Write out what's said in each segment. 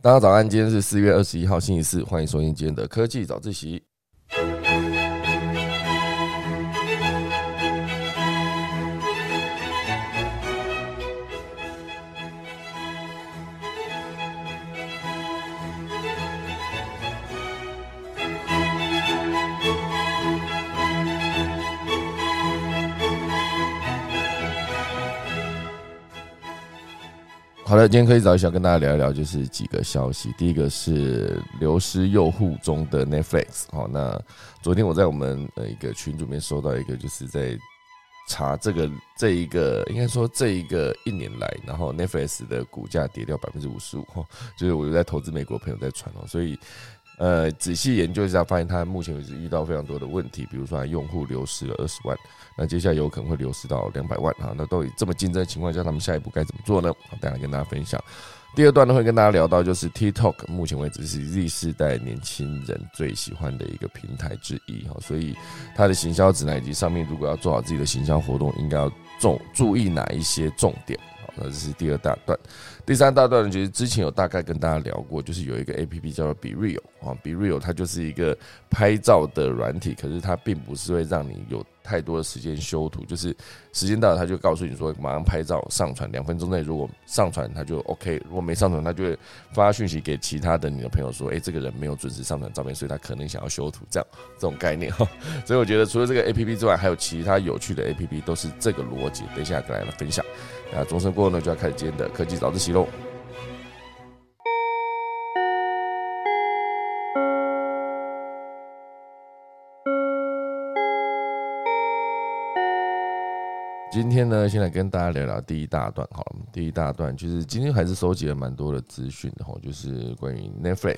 大家早安，今天是4月21号星期四，欢迎收听今天的科技早自习。好的，今天科技早一小跟大家聊一聊，就是几个消息。第一个是流失用户中的 Netflix。那昨天我在我们一个群组里面收到一个，就是在查这一个应该说这一个1年来，然后 Netflix 的股价跌掉55%，就是我有在投资美国朋友在传，所以仔细研究一下，发现他目前为止遇到非常多的问题，比如说他用户流失了20万，那接下来有可能会流失到200万啊。那到底这么竞争的情况下，他们下一步该怎么做呢？待会跟大家分享。第二段呢，会跟大家聊到就是 TikTok， 目前为止是 Z 世代年轻人最喜欢的一个平台之一，所以它的行销指南以及上面如果要做好自己的行销活动，应该要注意哪一些重点。那这是第二大段。第三大段呢，其实之前有大概跟大家聊过，就是有一个 APP 叫做 BeReal，BeReal 它就是一个拍照的软体，可是它并不是会让你有太多的时间修图，就是时间到了，它就告诉你说马上拍照上传，2分钟内如果上传它就 OK， 如果没上传，它就会发讯息给其他的你的朋友说，这个人没有准时上传照片，所以他可能想要修图，这种概念。所以我觉得除了这个 APP 之外，还有其他有趣的 APP 都是这个逻辑。等一下跟大家分享。那钟声过后呢，就要开始今天的科技早自习喽。今天呢，先来跟大家聊聊第一大段好了。第一大段就是今天还是收集了蛮多的资讯的，就是关于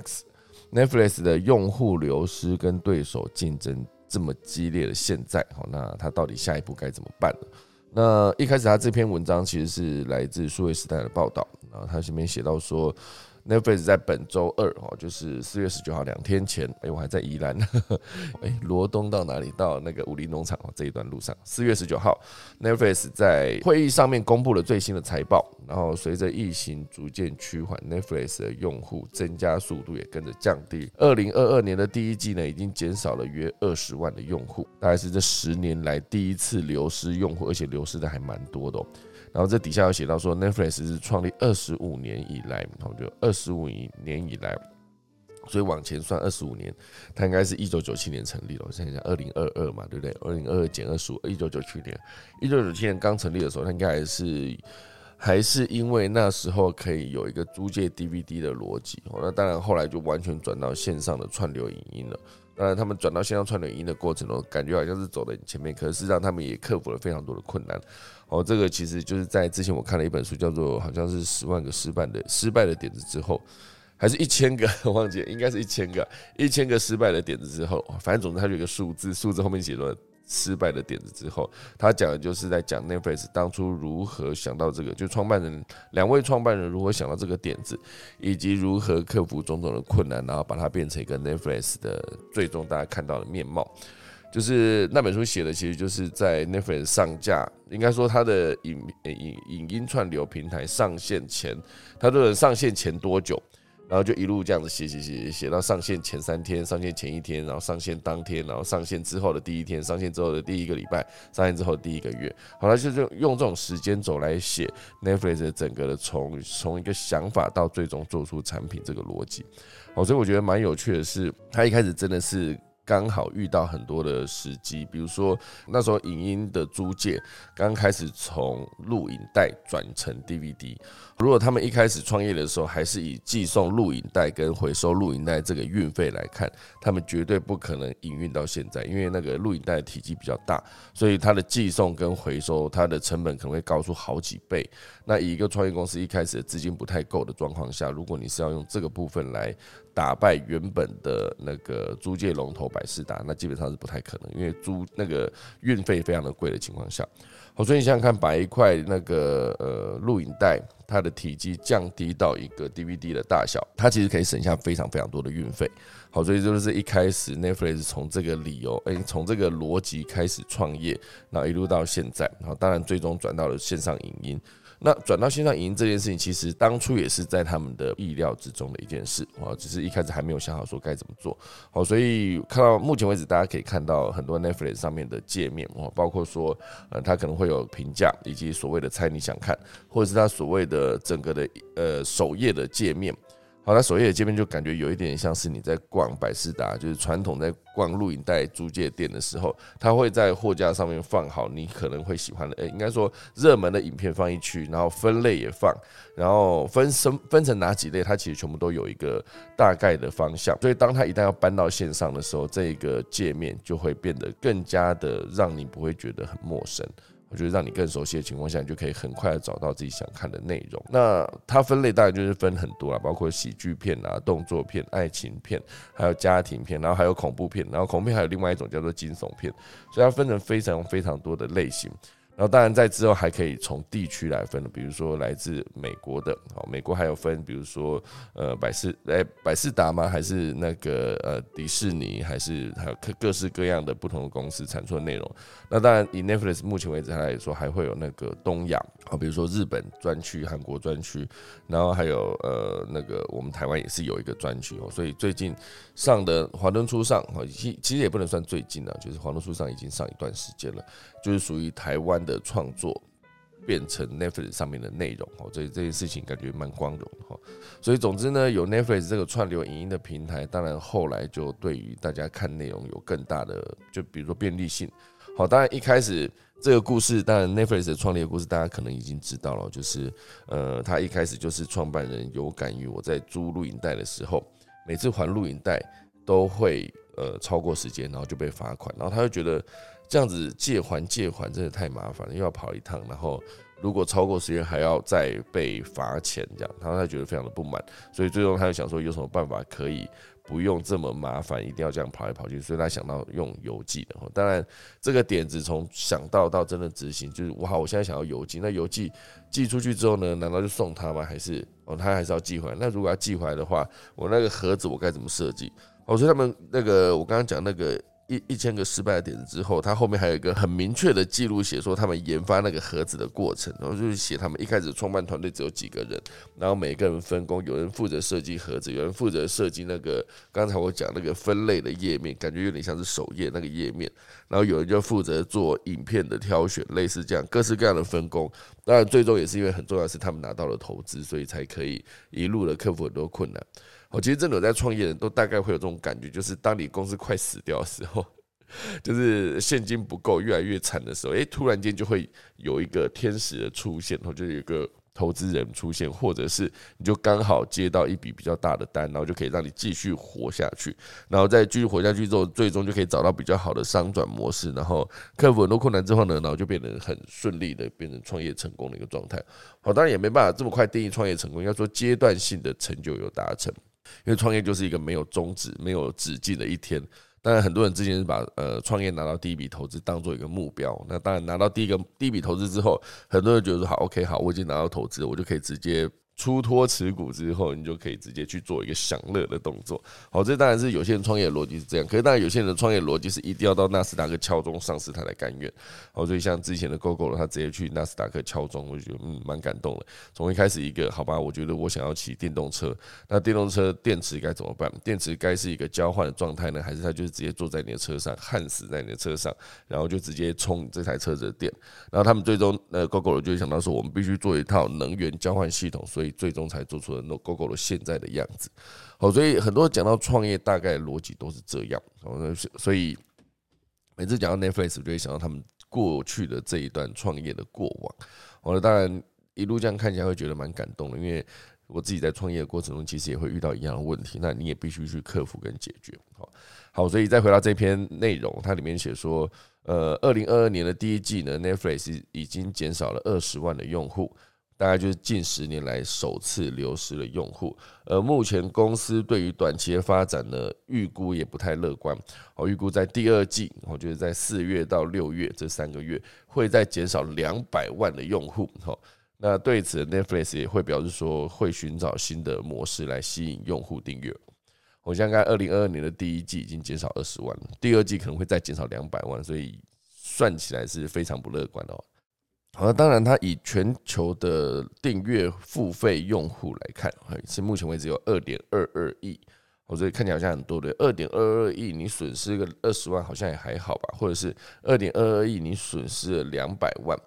Netflix 的用户流失跟对手竞争这么激烈的现在，那他到底下一步该怎么办呢？那一开始他这篇文章其实是来自数位时代的报道，然后他前面写到说 Netflix 在本周二，就是4月19号2天前，我还在宜兰，罗东到哪里？到那个武林农场这一段路上。4月19号 ，Netflix 在会议上面公布了最新的财报，然后随着疫情逐渐趋缓 ，Netflix 的用户增加速度也跟着降低。2022年的第一季呢，已经减少了约20万的用户，大概是这10年来第一次流失用户，而且流失的还蛮多的。然后这底下有写到说 ，Netflix 是创立25年以来，就25年以来，所以往前算25年，它应该是1997年成立了。我想一下，2022嘛，对不对？2022减25，1997年，1997年刚成立的时候，它应该还是因为那时候可以有一个租借 DVD 的逻辑。那当然后来就完全转到线上的串流影音了。当然，他们转到线上串流影音的过程中，感觉好像是走得很前面，可是事实上他们也克服了非常多的困难。这个其实就是在之前我看了一本书，叫做好像是10万个失败的点子之后，还是1000个，我忘记了，应该是1000个失败的点子之后，反正总之它有一个数字后面写了失败的点子之后，他讲的就是在讲 Netflix 当初如何想到这个，就2位创办人如何想到这个点子，以及如何克服种种的困难，然后把它变成一个 Netflix 的最终大家看到的面貌。就是那本书写的，其实就是在 Netflix 上架，应该说它的影音串流平台上线前，它都能上线前多久，然后就一路这样子写到上线前3天，上线前1天，然后上线当天，然后上线之后的第1天，上线之后的第1个礼拜，上线之后的第1个月。好，他就是用这种时间轴来写 Netflix 的整个的从一个想法到最终做出产品这个逻辑。好，所以我觉得蛮有趣的是，他一开始真的是刚好遇到很多的时机，比如说那时候影音的租借刚开始从录影带转成 DVD， 如果他们一开始创业的时候还是以寄送录影带跟回收录影带这个运费来看，他们绝对不可能营运到现在，因为那个录影带的体积比较大，所以它的寄送跟回收它的成本可能会高出好几倍。那以一个创业公司一开始的资金不太够的状况下，如果你是要用这个部分来打败原本的那个租借龙头百视达，那基本上是不太可能，因为那个运费非常的贵的情况下。好，所以你想想看，把一块那个录影带，它的体积降低到一个 DVD 的大小，它其实可以省下非常非常多的运费。好，所以就是一开始 Netflix 从这个理由，从这个逻辑开始创业，然后一路到现在，然后当然最终转到了线上影音。 那转到线上影音这件事情，其实当初也是在他们的意料之中的一件事，只是一开始还没有想好说该怎么做。好，所以看到目前为止，大家可以看到很多 Netflix 上面的界面，包括说，它可能会有评价，以及所谓的猜你想看，或者是它所谓的整个的首页的界面。好，那首页的界面就感觉有一点像是你在逛百视达，就是传统在逛录影带租借店的时候，它会在货架上面放好你可能会喜欢的，应该说热门的影片放一区，然后分类也放，然后分成哪几类，它其实全部都有一个大概的方向。所以当它一旦要搬到线上的时候，这个界面就会变得更加的让你不会觉得很陌生。我觉得让你更熟悉的情况下，你就可以很快的找到自己想看的内容。那它分类当然就是分很多啦，包括喜剧片啊、动作片、爱情片，还有家庭片，然后还有恐怖片，然后恐怖片还有另外一种叫做惊悚片，所以它分成非常非常多的类型。然后当然在之后还可以从地区来分的，比如说来自美国的，美国还有分，比如说百视达吗？还是那个迪士尼，还有各式各样的不同的公司产出的内容。那当然以 Netflix 目前为止来说，还会有那个东亚，比如说日本专区、韩国专区，然后还有那个我们台湾也是有一个专区，所以最近上的《华灯初上》其实也不能算最近了，就是《华灯初上》已经上一段时间了，就是属于台湾的创作变成 Netflix 上面的内容，所以这件事情感觉蛮光荣的。所以总之呢，有 Netflix 这个串流影音的平台，当然后来就对于大家看内容有更大的，就比如说便利性。好，当然一开始这个故事，当然 Netflix 的创立的故事，大家可能已经知道了，就是他一开始就是创办人有感于我在租录影带的时候，每次还录影带都会超过时间，然后就被罚款，然后他就觉得这样子借还真的太麻烦了，又要跑一趟，然后如果超过时间还要再被罚钱，这样，然后他觉得非常的不满，所以最终他就想说有什么办法可以不用这么麻烦，一定要这样跑来跑去，所以他想到用邮寄的。当然，这个点子从想到真的执行，就是哇，我现在想要邮寄，那邮寄寄出去之后呢，难道就送他吗？还是他还是要寄回来？那如果要寄回来的话，我那个盒子我该怎么设计？所以他们那个我刚刚讲那个1000个失败的点子之后，他后面还有一个很明确的记录，写说他们研发那个盒子的过程，然后就是写他们一开始创办团队只有几个人，然后每个人分工，有人负责设计盒子，有人负责设计那个刚才我讲那个分类的页面，感觉有点像是首页那个页面，然后有人就负责做影片的挑选，类似这样各式各样的分工。当然最终也是因为很重要的是他们拿到了投资，所以才可以一路的克服很多困难。其实真的有在创业的人都大概会有这种感觉，就是当你公司快死掉的时候，就是现金不够，越来越惨的时候，突然间就会有一个天使的出现，就有一个投资人出现，或者是你就刚好接到一笔比较大的单，然后就可以让你继续活下去，然后再继续活下去之后，最终就可以找到比较好的商转模式，然后克服很多困难之后呢，然后就变得很顺利的变成创业成功的一个状态。好，当然也没办法这么快定义创业成功，应该说阶段性的成就有达成。因为创业就是一个没有终止、没有止境的一天。当然，很多人之前是把创业拿到第一笔投资当做一个目标。那当然拿到第一笔投资之后，很多人觉得说好 ，OK， 好，我已经拿到投资了，我就可以直接出脱持股之后，你就可以直接去做一个享乐的动作。好，这当然是有些人创业的逻辑是这样，可是当然有些人的创业逻辑是一定要到纳斯达克敲钟上市他才甘愿。好，所以像之前的 Gogoro， 他直接去纳斯达克敲钟，我就觉得蛮感动的。从一开始一个好吧，我觉得我想要骑电动车，那电动车电池该怎么办？电池该是一个交换的状态呢，还是它就是直接坐在你的车上，焊死在你的车上，然后就直接充这台车子的电？然后他们最终Gogoro 就会想到说，我们必须做一套能源交换系统，所以最终才做出了 Gogoro 现在的样子。好，所以很多讲到创业，大概逻辑都是这样。所以每次讲到 Netflix， 我就会想到他们过去的这一段创业的过往。当然一路这样看起来会觉得蛮感动的，因为我自己在创业的过程中，其实也会遇到一样的问题，那你也必须去克服跟解决。好，所以再回到这篇内容，它里面写说，2022年的第一季呢 ，Netflix 已经减少了20万的用户。大概就是近10年来首次流失了用户，目前公司对于短期的发展呢，预估也不太乐观。预估在第二季，就是在4月到6月这3个月，会再减少200万的用户。那对此 Netflix 也会表示说，会寻找新的模式来吸引用户订阅。我想看2022年的第一季已经减少20万了，第二季可能会再减少200万，所以算起来是非常不乐观的。 好，当然，它以全球的订阅付费用户来看，是目前为止有2.22亿，所以看起来好像很多的2.22亿，你损失个20万好像也还好吧，或者是2.22亿你损失了200万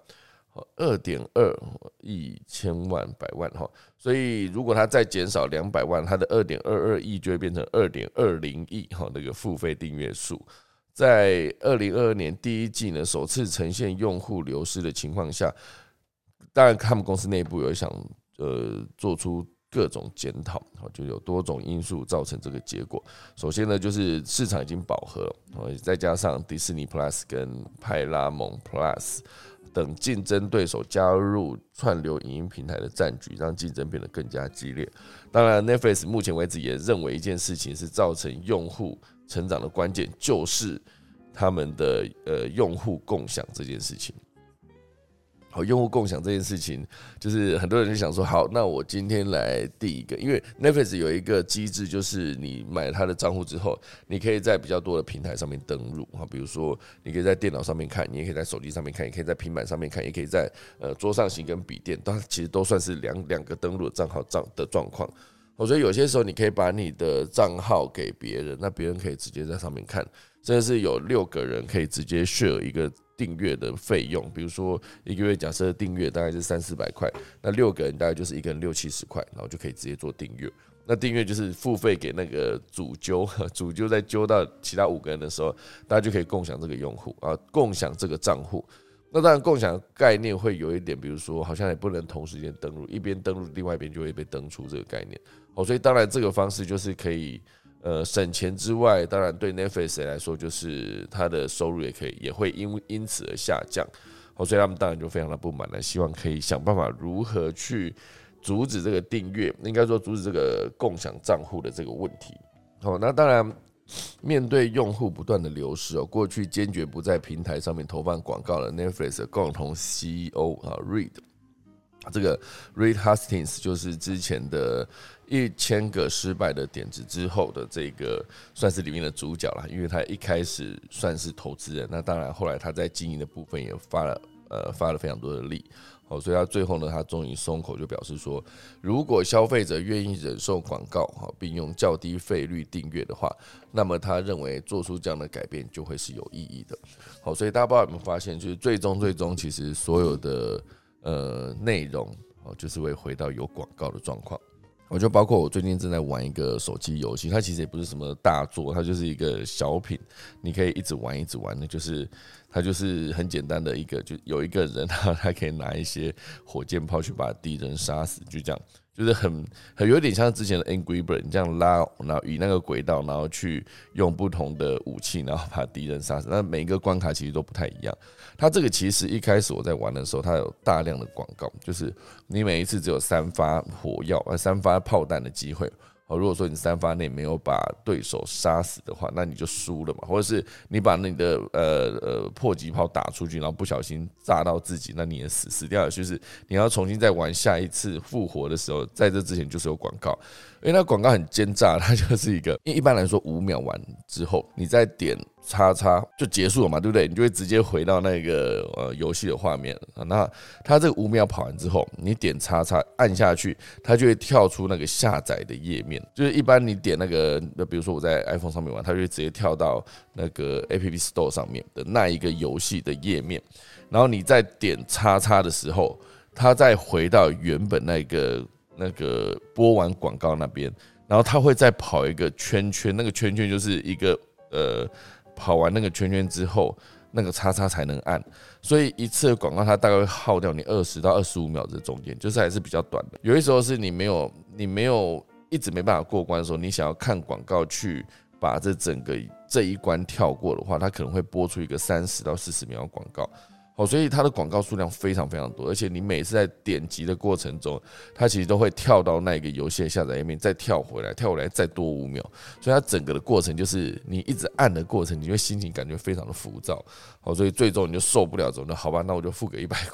，2.2亿千万百万哈，所以如果它再减少200万，它的2.22亿就会变成2.20亿哈，那个付费订阅数。在2022年第一季呢，首次呈现用户流失的情况下，当然他们公司内部有想做出各种检讨，就有多种因素造成这个结果。首先呢，就是市场已经饱和了，再加上迪士尼 Plus 跟派拉蒙 Plus 等竞争对手加入串流影音平台的战局，让竞争变得更加激烈。当然 ，Netflix 目前为止也认为一件事情是造成用户成长的关键，就是他们的用户共享这件事情。好，用户共享这件事情，就是很多人就想说，好，那我今天来第一个，因为 Netflix 有一个机制，就是你买了他的账户之后，你可以在比较多的平台上面登录，比如说你可以在电脑上面看，你也可以在手机上面看，也可以在平板上面看，也可以在桌上型跟笔电，它其实都算是两个登录的账号的状况。所以有些时候你可以把你的账号给别人，那别人可以直接在上面看，甚至是有6个人可以直接 share 一个订阅的费用，比如说一个月假设订阅大概是300-400块，那6个人大概就是一个人60-70块，然后就可以直接做订阅。那订阅就是付费给那个主揪再揪到其他5个人的时候，大家就可以共享这个用户啊，共享这个账户。那当然，共享概念会有一点，比如说好像也不能同时间登录，一边登录，另外一边就会被登出这个概念。所以当然这个方式就是可以省钱之外，当然对 Netflix 来说，就是它的收入也会因此而下降。所以他们当然就非常的不满了，希望可以想办法如何去阻止这个订阅，应该说阻止这个共享账户的这个问题。那当然。面对用户不断的流失，过去坚决不在平台上面投放广告的 Netflix 的共同 CEO Reed， 这个 Reed Hastings 就是之前的1000个失败的点子之后的这个算是里面的主角啦，因为他一开始算是投资人，那当然后来他在经营的部分也发了非常多的力。所以他最后呢，他终于松口，就表示说，如果消费者愿意忍受广告，并用较低费率订阅的话，那么他认为做出这样的改变就会是有意义的。所以大家不知道有没有发现，就是最终其实所有的内容就是会回到有广告的状况。我就包括我最近正在玩一个手机游戏，它其实也不是什么大作，它就是一个小品，你可以一直玩一直玩的，就是它就是很简单的一个，就有一个人他可以拿一些火箭炮去把敌人杀死，就这样，就是很有点像之前的 Angry Bird， 你这样拉，然后以那个轨道，然后去用不同的武器，然后把敌人杀死。那每一个关卡其实都不太一样。它这个其实一开始我在玩的时候，它有大量的广告，就是你每一次只有3发火药、3发炮弹的机会。如果说你3发内没有把对手杀死的话，那你就输了嘛。或者是你把你的迫击炮打出去，然后不小心炸到自己，那你也死掉了。就是你要重新再玩下一次复活的时候，在这之前就是有广告，因为那广告很奸诈，它就是一个一般来说5秒完之后，你再点叉叉就结束了嘛，对不对？你就会直接回到那个游戏的画面。那它这个5秒跑完之后，你点叉叉按下去，它就会跳出那个下载的页面。就是一般你点那个，比如说我在 iPhone 上面玩，它就会直接跳到那个 App Store 上面的那一个游戏的页面。然后你在点叉叉的时候，它再回到原本那个播完广告那边，然后它会再跑一个圈圈，那个圈圈就是一个跑完那个圈圈之后，那个叉叉才能按，所以一次的广告它大概会耗掉你20到25秒的中间，就是还是比较短的。有些时候是你没有一直没办法过关的时候，你想要看广告去把这一关跳过的话，它可能会播出一个30到40秒的广告。所以它的广告数量非常非常多，而且你每次在点击的过程中，它其实都会跳到那个游戏的下载页面，再跳回来再多5秒，所以它整个的过程就是你一直按的过程，你会心情感觉非常的浮躁。所以最终你就受不了，之后好吧，那我就付个100块，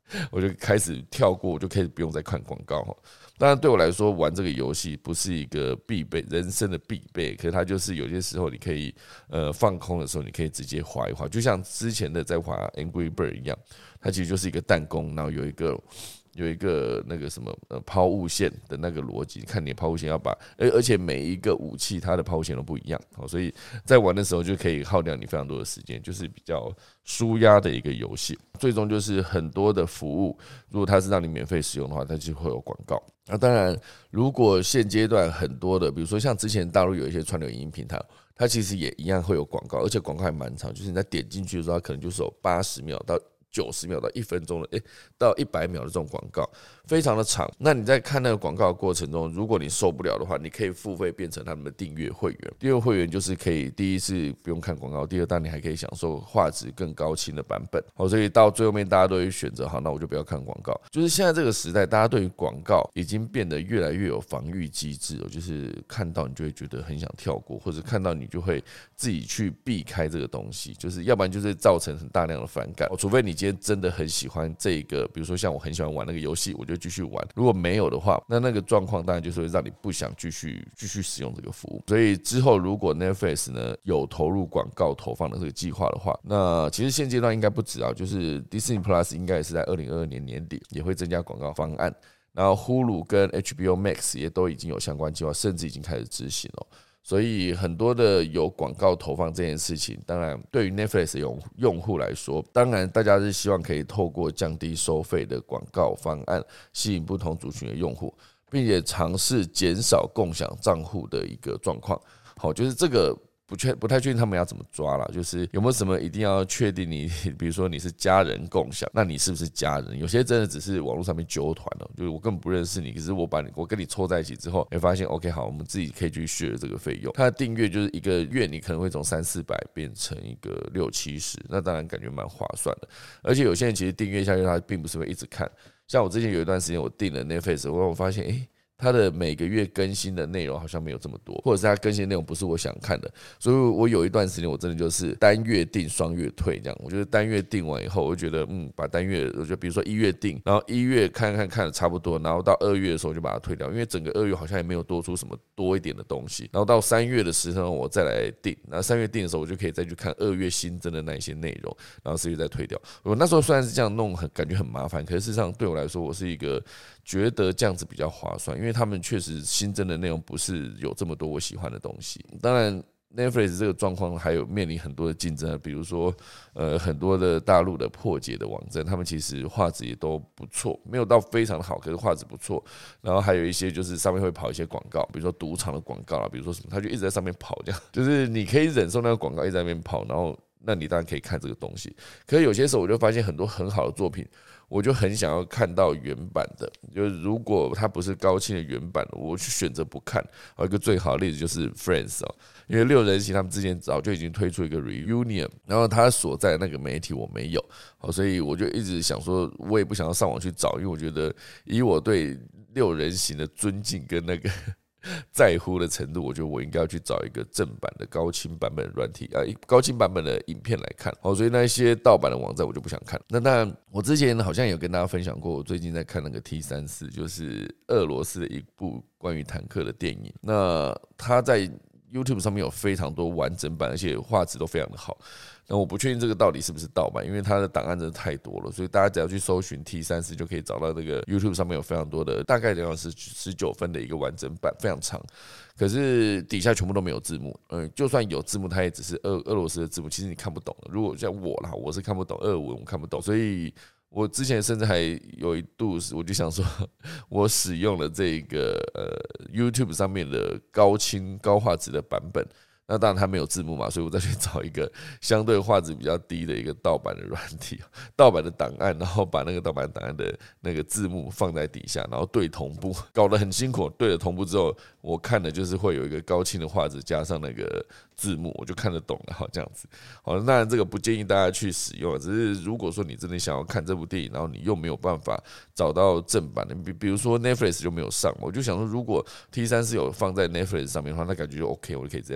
我就开始跳过，我就可以不用再看广告。当然对我来说，玩这个游戏不是一个必备，人生的必备，可是它就是有些时候你可以放空的时候，你可以直接滑一滑，就像之前的在滑 Angry Bird 一样，它其实就是一个弹弓，然后有一个那个什么抛物线的那个逻辑，看你的抛物线要把，而且每一个武器它的抛物线都不一样，所以在玩的时候就可以耗掉你非常多的时间，就是比较舒压的一个游戏。最终就是很多的服务，如果它是让你免费使用的话，它就会有广告。那当然，如果现阶段很多的，比如说像之前大陆有一些串流影音平台，它其实也一样会有广告，而且广告还蛮长，就是你在点进去的时候，它可能就是有80秒到90秒到1分钟的，到100秒的这种广告，非常的长。那你在看那个广告的过程中，如果你受不了的话，你可以付费变成他们的订阅会员。订阅会员就是可以，第一是不用看广告，第二当然你还可以享受画质更高清的版本。所以到最后面大家都会选择，好，那我就不要看广告。就是现在这个时代，大家对于广告已经变得越来越有防御机制，就是看到你就会觉得很想跳过，或者看到你就会自己去避开这个东西，就是要不然就是造成很大量的反感，除非你今天真的很喜欢这个，比如说像我很喜欢玩那个游戏，我就继续玩。如果没有的话，那个状况当然就是会让你不想继续使用这个服务。所以之后如果 Netflix 呢有投入广告投放的这个计划的话，那其实现阶段应该不止啊，就是 Disney Plus 应该也是在2022年年底也会增加广告方案，然后 Hulu 跟 HBO Max 也都已经有相关计划，甚至已经开始执行了。所以很多的有广告投放这件事情，当然对于 Netflix 用户来说，当然大家是希望可以透过降低收费的广告方案，吸引不同族群的用户，并且尝试减少共享账户的一个状况。好，就是这个不太确定他们要怎么抓啦，就是有没有什么一定要确定你，比如说你是家人共享，那你是不是家人？有些真的只是网络上面揪团了，就是我根本不认识你，可是我跟你凑在一起之后，你发现 OK 好，我们自己可以去 share 这个费用。它的订阅就是一个月你可能会从300-400变成一个60-70，那当然感觉蛮划算的。而且有些人其实订阅下去，他并不是会一直看。像我之前有一段时间我订了 Netflix，我发现它的每个月更新的内容好像没有这么多，或者是它更新的内容不是我想看的，所以我有一段时间我真的就是单月订双月退这样。我觉得单月订完以后，我就觉得把单月，我就比如说1月订，然后1月看的差不多，然后到2月的时候就把它退掉，因为整个2月好像也没有多出什么多一点的东西。然后到3月的时候我再来订，然后3月订的时候我就可以再去看2月新增的那一些内容，然后4月再退掉。我那时候虽然是这样弄，感觉很麻烦，可是事实上对我来说，我是一个觉得这样子比较划算，因为他们确实新增的内容不是有这么多我喜欢的东西。当然 Netflix 这个状况还有面临很多的竞争，比如说很多的大陆的破解的网站，他们其实画质也都不错，没有到非常的好，可是画质不错。然后还有一些就是上面会跑一些广告，比如说赌场的广告啦，比如说什么，他就一直在上面跑，这样就是你可以忍受那个广告一直在那边跑，然后那你当然可以看这个东西。可是有些时候我就发现很多很好的作品，我就很想要看到原版的，就是如果它不是高清的原版，我去选择不看。一个最好的例子就是 Friends 因为6人行他们之前早就已经推出一个 reunion， 然后他所在的那个媒体我没有，所以我就一直想说，我也不想要上网去找，因为我觉得以我对6人行的尊敬跟那个在乎的程度，我觉得我应该要去找一个正版的高清版本的软体高清版本的影片来看。所以那些盗版的网站我就不想看。那当然，我之前好像有跟大家分享过，我最近在看那个 T34，就是俄罗斯的一部关于坦克的电影。那它在 YouTube 上面有非常多完整版，而且画质都非常的好。那我不确定这个到底是不是盗版，因为它的档案真的太多了，所以大家只要去搜寻 T30就可以找到这个 YouTube 上面有非常多的，大概2小时19分的一个完整版，非常长。可是底下全部都没有字幕，就算有字幕，它也只是俄罗斯的字幕，其实你看不懂的。如果像我啦，我是看不懂俄文，我看不懂，所以我之前甚至还有一度，我就想说，我使用了这个YouTube 上面的高清高画质的版本。那当然它没有字幕嘛，所以我再去找一个相对画质比较低的一个盗版的软体，盗版的档案，然后把那个盗版档案的那个字幕放在底下，然后对同步，搞得很辛苦。对了同步之后，我看的就是会有一个高清的画质加上那个字幕，我就看得懂了。好，这样子。好，当然这个不建议大家去使用，只是如果说你真的想要看这部电影，然后你又没有办法找到正版的，比如说 Netflix 就没有上，我就想说，如果 T3是有放在 Netflix 上面的话，那感觉就 OK， 我就可以直接在上面看。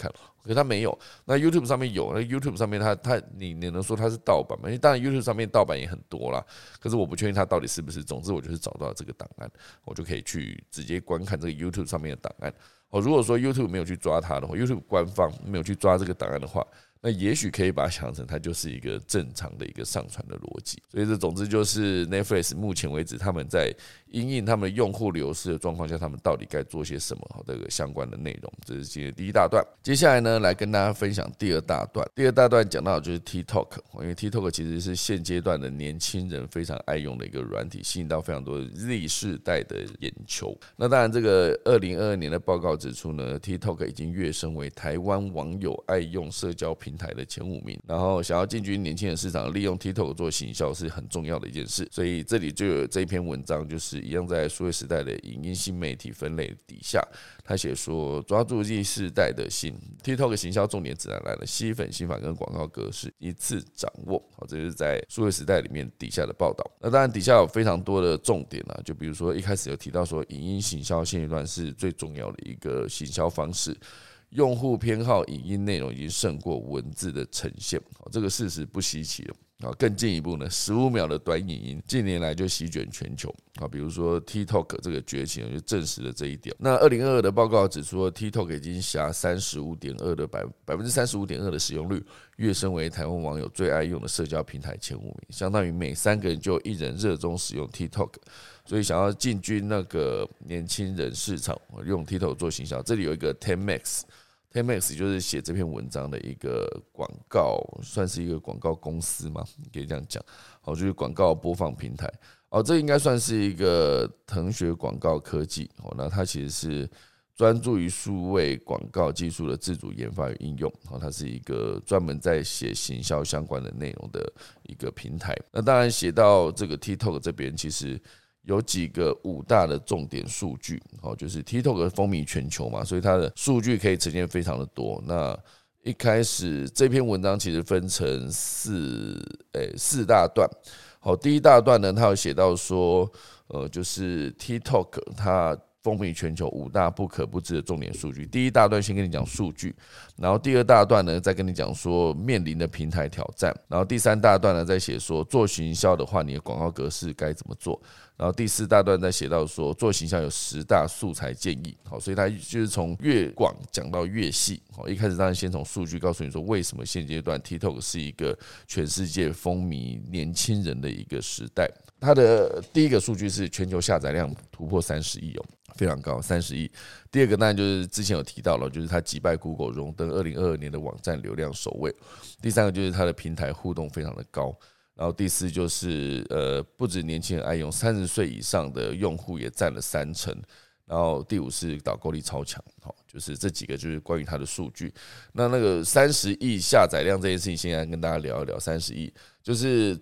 看，可是它没有。那 YouTube 上面有，那 YouTube 上面你能说它是盗版吗？因为当然 YouTube 上面盗版也很多啦，可是我不确定它到底是不是。总之我就是找到这个档案，我就可以去直接观看这个 YouTube 上面的档案。如果说 YouTube 没有去抓它的话， YouTube 官方没有去抓这个档案的话，那也许可以把它想成它就是一个正常的一个上传的逻辑。所以这总之就是 Netflix 目前为止他们在因应他们的用户流失的状况下，他们到底该做些什么这个相关的内容。这是今天的第一大段。接下来呢，来跟大家分享第二大段。第二大段讲到的就是 TikTok， 因为 TikTok 其实是现阶段的年轻人非常爱用的一个软体，吸引到非常多 Z 世代的眼球。那当然，这个2022年的报告指出呢， TikTok 已经跃升为台湾网友爱用社交平台的前5名。然后想要进军年轻人市场，利用 TikTok 做行销是很重要的一件事。所以这里就有这一篇文章，就是一样在数位时代的影音新媒体分类底下，他写说抓住 Z 世代的心 ，TikTok 行销重点指南来了，吸粉心法跟广告格式一次掌握。这就是在数位时代里面底下的报道。那当然底下有非常多的重点啊，就比如说一开始有提到说，影音行销现阶段是最重要的一个行销方式。用户偏好影音内容已经胜过文字的呈现，这个事实不稀奇了。更进一步呢，15秒的短影音近年来就席卷全球。比如说 TikTok 这个崛起就证实了这一点。那2022的报告指出 ，TikTok 已经辖35.2%的35.2%的使用率，跃升为台湾网友最爱用的社交平台前5名，相当于每3个人就有1人热衷使用 TikTok。所以想要进军那个年轻人市场，用 TikTok 做行销，这里有一个 10max 就是写这篇文章的一个广告，算是一个广告公司嘛，可以这样讲。就是广告播放平台。这应该算是一个腾学广告科技。那它其实是专注于数位广告技术的自主研发与应用。它是一个专门在写行销相关的内容的一个平台。那当然写到这个 TikTok 这边，其实有几个5大的重点数据，就是 TikTok 风靡全球嘛，所以它的数据可以呈现非常的多。那一开始这篇文章其实分成4大段。第一大段呢，它有写到说，就是 TikTok 它风靡全球5大不可不知的重点数据。第一大段先跟你讲数据，然后第2大段呢再跟你讲说面临的平台挑战，然后第3大段呢再写说做行销的话，你的广告格式该怎么做。然后第4大段再写到说做行销有10大素材建议。所以它就是从越广讲到越细。一开始当然先从数据告诉你说为什么现阶段 TikTok 是一个全世界风靡年轻人的一个时代。它的第一个数据是全球下载量突破30亿，非常高，30亿。第二个当然就是之前有提到了，就是它击败 Google 荣登2022年的网站流量首位。第3个就是它的平台互动非常的高。然后第4就是不止年轻人爱用，30岁以上的用户也占了30%。然后第5是导购力超强。就是这几个就是关于它的数据。那个30亿下载量这件事情，现在跟大家聊一聊。30亿就是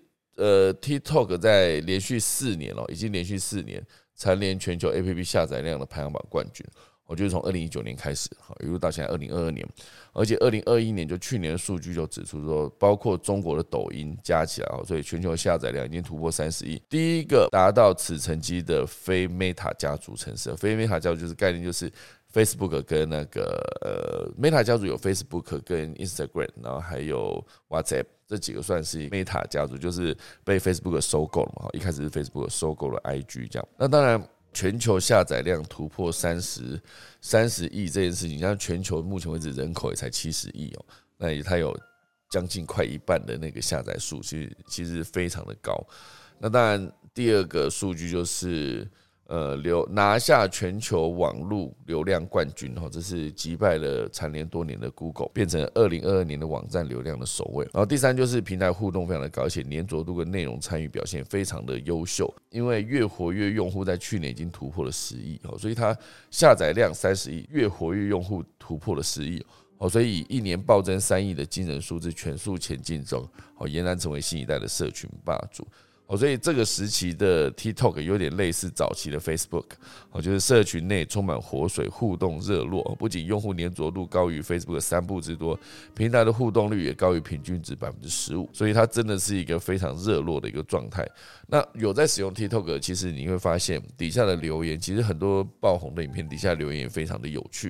TikTok 在连续4年已经连续4年蝉联全球 APP 下载量的排行榜冠军。就是从2019年开始，一路到现在2022年，而且2021年就去年的数据就指出说，包括中国的抖音加起来，所以全球下载量已经突破30亿。第一个达到此成绩的非 Meta 家族城市，非 Meta 家族就是概念就是 Facebook 跟那个Meta 家族有 Facebook 跟 Instagram， 然后还有 WhatsApp。这几个算是 Meta 家族，就是被 Facebook 收购了嘛。一开始是 Facebook 收购了 IG 这样。那当然，全球下载量突破30亿这件事情，像全球目前为止人口也才70亿那它有将近快1半的那个下载数，其实非常的高。那当然，第2个数据就是拿下全球网络流量冠军，这是击败了蝉联多年的 Google， 变成2022年的网站流量的首位。然后第3就是平台互动非常的高，而且粘着度跟内容参与表现非常的优秀，因为越活跃用户在去年已经突破了10亿，所以它下载量30亿，越活跃用户突破了10亿。所以以1年暴增3亿的惊人数字全速前进中，俨然成为新一代的社群霸主。所以这个时期的 TikTok 有点类似早期的 Facebook， 就是社群内充满活水，互动热络，不仅用户粘着度高于 Facebook 3倍之多，平台的互动率也高于平均值 15%， 所以它真的是一个非常热络的一个状态。那有在使用 TikTok， 其实你会发现底下的留言，其实很多爆红的影片底下留言也非常的有趣。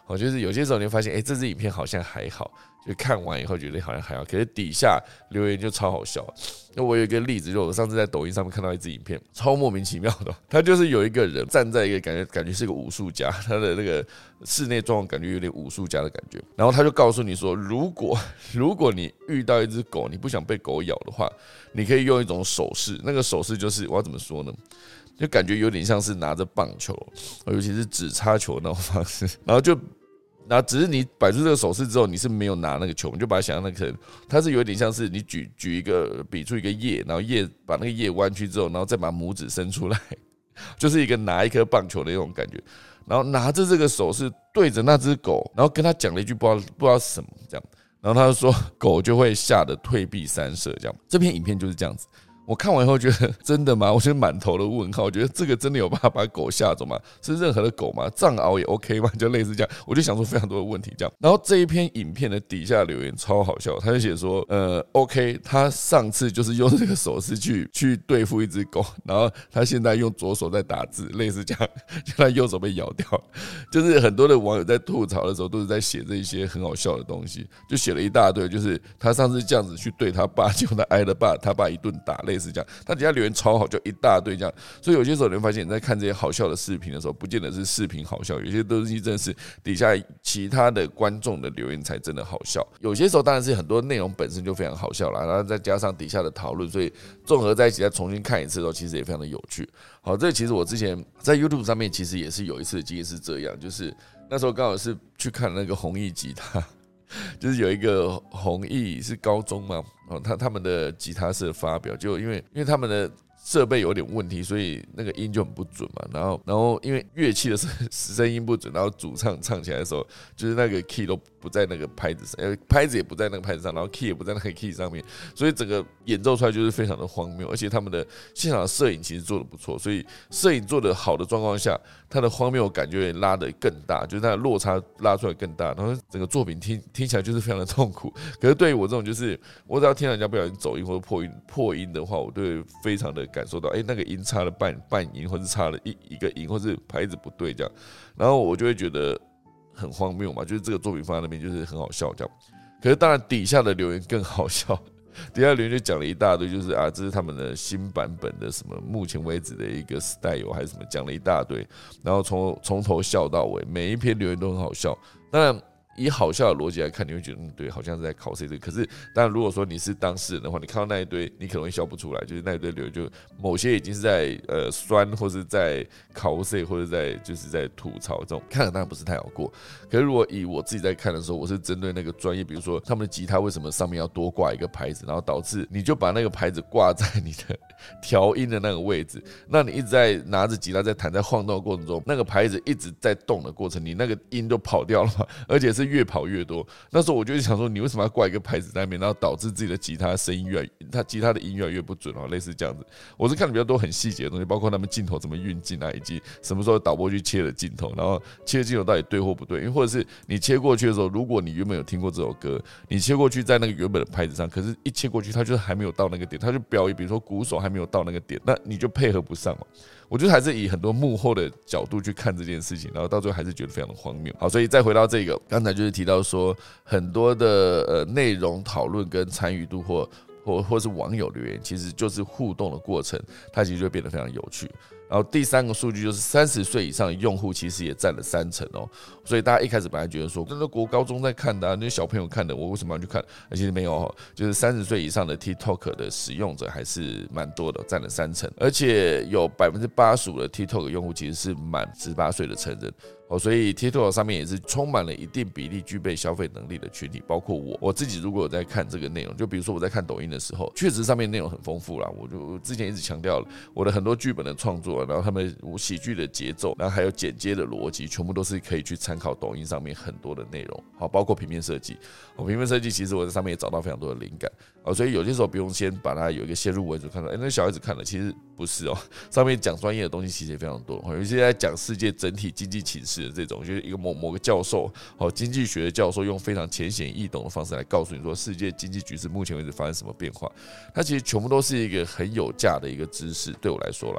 就是有些时候你会发现，这支影片好像还好，就看完以后觉得好像还好，可是底下留言就超好笑。那我有一个例子，就我上次在抖音上面看到一支影片，超莫名其妙的。他就是有一个人站在一个感觉是个武术家，他的那个室内状况感觉有点武术家的感觉。然后他就告诉你说，如果你遇到一只狗，你不想被狗咬的话，你可以用一种手势，那个手势就是我要怎么说呢？就感觉有点像是拿着棒球，尤其是指插球那种方式，然后只是你摆出这个手势之后，你是没有拿那个球，你就把它想象那个，它是有点像是你比出一个叶，然后把那个叶弯曲之后，然后再把拇指伸出来，就是一个拿一颗棒球的那种感觉，然后拿着这个手势对着那只狗，然后跟他讲了一句不知道什么这样，然后他就说狗就会吓得退避三舍这样。这篇影片就是这样子。我看完以后觉得真的吗？我觉得满头的问号。我觉得这个真的有办法把狗吓走吗？是任何的狗吗？藏獒也 OK 吗？就类似这样，我就想说非常多的问题这样。然后这一篇影片的底下留言超好笑，他就写说，OK， 他上次就是用这个手势去对付一只狗，然后他现在用左手在打字，类似这样，就他右手被咬掉。就是很多的网友在吐槽的时候都是在写这一些很好笑的东西，就写了一大堆，就是他上次这样子去对他爸，结果他挨了他爸一顿打。类似这样，他底下留言超好，就一大堆这样，所以有些时候你会发现你在看这些好笑的视频的时候，不见得是视频好笑，有些东西真的是底下其他的观众的留言才真的好笑。有些时候当然是很多内容本身就非常好笑啦，然后再加上底下的讨论，所以综合在一起再重新看一次的时候，其实也非常的有趣。好，这其实我之前在 YouTube 上面其实也是有一次的经验是这样，就是那时候刚好是去看那个弘毅吉他。就是有一个弘毅是高中嘛，他们的吉他社发表，就因为他们的设备有点问题，所以那个音就很不准嘛。然后因为乐器的声音不准，然后主唱唱起来的时候，就是那个 key 都不在那个拍子上，拍子也不在那个拍子上，然后 key 也不在那个 key 上面，所以整个演奏出来就是非常的荒谬。而且他们的现场摄影其实做得不错，所以摄影做得好的状况下，它的荒谬感觉拉得更大，就是它的落差拉出来更大，然后整个作品听起来就是非常的痛苦。可是对于我这种就是我只要听到人家不小心走音或者破音的话，我都会非常的感受到，那个音差了半音，或是差了一个音，或是拍子不对这样，然后我就会觉得很荒谬嘛，就是这个作品放在那边就是很好笑这样。可是当然底下的留言更好笑。底下留言就讲了一大堆，就是这是他们的新版本的什么，目前为止的一个 style 还是什么，讲了一大堆，然后从头笑到尾，每一篇留言都很好笑。当然，以好笑的逻辑来看，你会觉得对，好像是在考谁这个。可是，当然如果说你是当事人的话，你看到那一堆，你可能会笑不出来，就是那一堆留言，就某些已经是在酸，或是在考谁，或者就是在吐槽这种，看了当然不是太好过。可是如果以我自己在看的时候，我是针对那个专业，比如说他们的吉他为什么上面要多挂一个牌子，然后导致你就把那个牌子挂在你的调音的那个位置，那你一直在拿着吉他在弹，在晃动的过程中，那个牌子一直在动的过程，你那个音就跑掉了嘛，而且是越跑越多。那时候我就想说，你为什么要挂一个牌子在那边，然后导致自己的吉他声音吉他的音越来越不准哦，类似这样子。我是看的比较多很细节的东西，包括他们镜头怎么运镜啊，以及什么时候导播去切了镜头，然后切的镜头到底对或不对。因为或者是你切过去的时候，如果你原本有听过这首歌，你切过去在那个原本的牌子上，可是一切过去它就是还没有到那个点，它就表演，比如说鼓手还没有到那个点，那你就配合不上嘛。我觉得还是以很多幕后的角度去看这件事情，然后到最后还是觉得非常的荒谬。好，所以再回到这个，刚才就是提到说很多的内容讨论跟参与度或是网友留言，其实就是互动的过程，它其实就会变得非常有趣。然后第三个数据就是30岁以上的用户其实也占了30%哦，所以大家一开始本来觉得说，这是国高中在看的那些小朋友看的，我为什么要去看？其实没有，就是30岁以上的 TikTok 的使用者还是蛮多的，占了30%，而且有85%的 TikTok 用户其实是满18岁的成人。所以 TikTok 上面也是充满了一定比例具备消费能力的群体，包括我自己。如果有在看这个内容，就比如说我在看抖音的时候，确实上面内容很丰富啦。我之前一直强调了，我的很多剧本的创作，然后他们喜剧的节奏，然后还有剪接的逻辑，全部都是可以去参考抖音上面很多的内容。好，包括平面设计，平面设计其实我在上面也找到非常多的灵感。所以有些时候不用先把它有一个先入为主看到，那小孩子看了其实不是哦。上面讲专业的东西其实也非常多，有些在讲世界整体经济情势的这种，就是一个某个教授，经济学的教授用非常浅显易懂的方式来告诉你说世界经济局势目前为止发生什么变化，它其实全部都是一个很有价的一个知识，对我来说啦。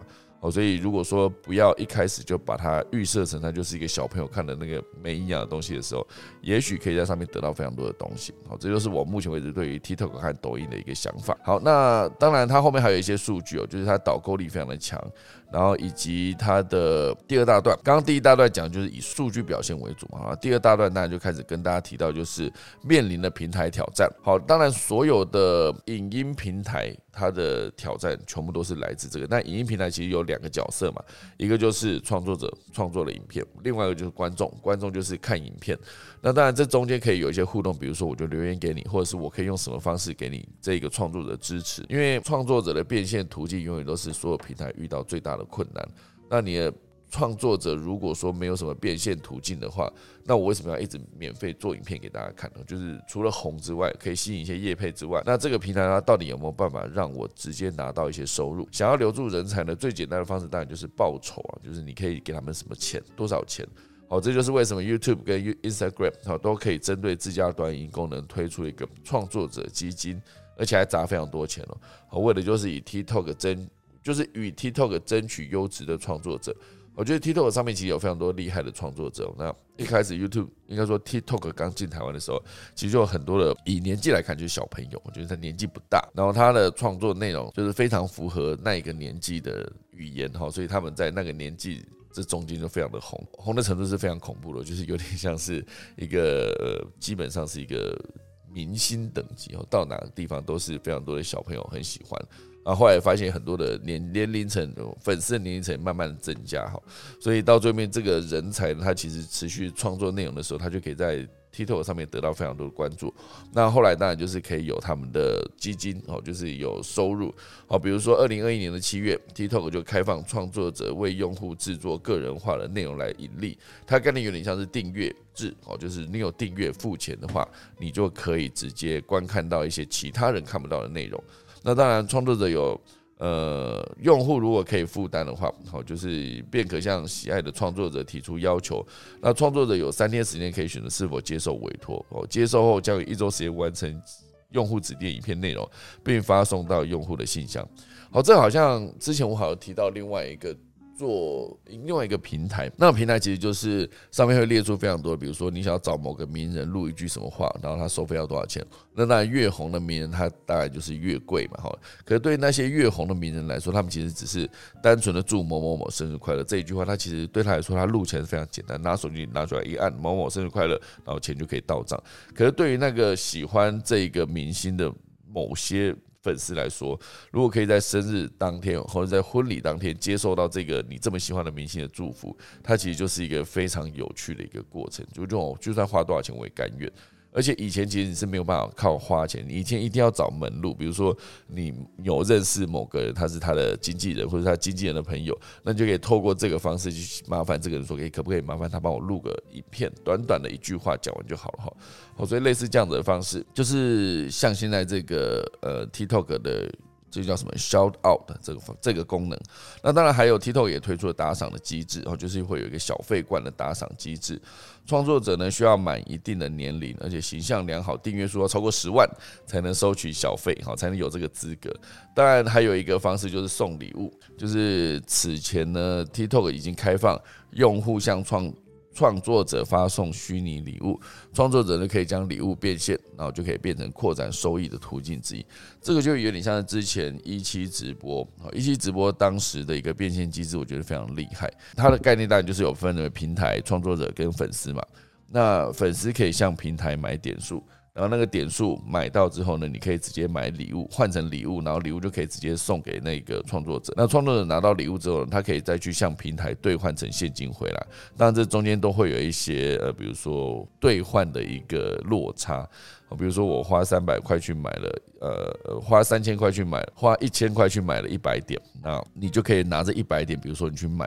所以如果说不要一开始就把它预设成它就是一个小朋友看的那个没营养的东西的时候，也许可以在上面得到非常多的东西。这就是我目前为止对于 TikTok 和抖音的一个想法。好，那当然它后面还有一些数据就是它导购力非常的强，然后以及它的第二大段，刚刚第一大段讲就是以数据表现为主嘛，第二大段当然就开始跟大家提到就是面临的平台挑战。好，当然所有的影音平台它的挑战全部都是来自这个。那影音平台其实有2个角色嘛，一个就是创作者创作的影片，另外一个就是观众，观众就是看影片。那当然这中间可以有一些互动，比如说我就留言给你，或者是我可以用什么方式给你这个创作者的支持。因为创作者的变现途径永远都是所有平台遇到最大的困难。那你的创作者如果说没有什么变现途径的话，那我为什么要一直免费做影片给大家看呢？就是除了红之外，可以吸引一些业配之外，那这个平台它到底有没有办法让我直接拿到一些收入？想要留住人才呢，最简单的方式当然就是报酬啊，就是你可以给他们什么钱，多少钱。好，这就是为什么 YouTube 跟 Instagram 都可以针对自家短影音功能推出一个创作者基金，而且还砸非常多钱哦。好，为的就是与 TikTok 争取优质的创作者。我觉得 TikTok 上面其实有非常多厉害的创作者。那一开始 YouTube 应该说 TikTok 刚进台湾的时候，其实就有很多的以年纪来看就是小朋友，我觉得他年纪不大，然后他的创作内容就是非常符合那一个年纪的语言，所以他们在那个年纪这中间就非常的红的程度是非常恐怖的，就是有点像是一个基本上是一个明星等级，到哪个地方都是非常多的小朋友很喜欢。后来发现很多的年龄层粉丝的年龄层慢慢的增加，所以到最后面这个人才他其实持续创作内容的时候，他就可以在 TikTok 上面得到非常多的关注。那后来当然就是可以有他们的基金，就是有收入。比如说2021年的7月 ，TikTok 就开放创作者为用户制作个人化的内容来盈利。它概念有点像是订阅制，就是你有订阅付钱的话，你就可以直接观看到一些其他人看不到的内容。那当然，创作者有用户如果可以负担的话，就是便可向喜爱的创作者提出要求。那创作者有3天时间可以选择是否接受委托，接受后将有1周时间完成用户指定影片内容，并发送到用户的信箱。好，这好像之前我好像提到另外一个平台，那个平台其实就是上面会列出非常多，比如说你想要找某个名人录一句什么话，然后他收费要多少钱。那当然越红的名人他大概就是越贵嘛，可是对于那些越红的名人来说，他们其实只是单纯的祝某某某生日快乐这一句话，他其实对他来说他录起来是非常简单，拿手机拿出来一按某某生日快乐，然后钱就可以到账。可是对于那个喜欢这个明星的某些粉丝来说，如果可以在生日当天或者在婚礼当天接受到这个你这么喜欢的明星的祝福，它其实就是一个非常有趣的一个过程。就算花多少钱我也甘愿。而且以前其实你是没有办法靠花钱，你以前一定要找门路，比如说你有认识某个人，他是他的经纪人或者他经纪人的朋友，那你就可以透过这个方式去麻烦这个人说，可不可以麻烦他帮我录个影片，短短的一句话讲完就好了。所以类似这样子的方式，就是像现在这个TikTok 的。这叫什么 shout out 这个功能。那当然还有 TikTok 也推出了打赏的机制，就是会有一个小费罐的打赏机制。创作者呢需要满一定的年龄，而且形象良好，订阅数要超过10万才能收取小费，才能有这个资格。当然还有一个方式就是送礼物，就是此前呢 TikTok 已经开放用户向创作者发送虚拟礼物，创作者呢可以将礼物变现，然后就可以变成扩展收益的途径之一。这个就有点像是之前17直播，17直播当时的一个变现机制，我觉得非常厉害。它的概念当然就是有分为平台、创作者跟粉丝嘛。那粉丝可以向平台买点数，然后那个点数买到之后呢，你可以直接买礼物换成礼物，然后礼物就可以直接送给那个创作者。那创作者拿到礼物之后，他可以再去向平台兑换成现金回来。当然这中间都会有一些比如说兑换的一个落差。比如说我花300块去买了，花3000块去买，花1000块去买了100点，那你就可以拿着100点，比如说你去买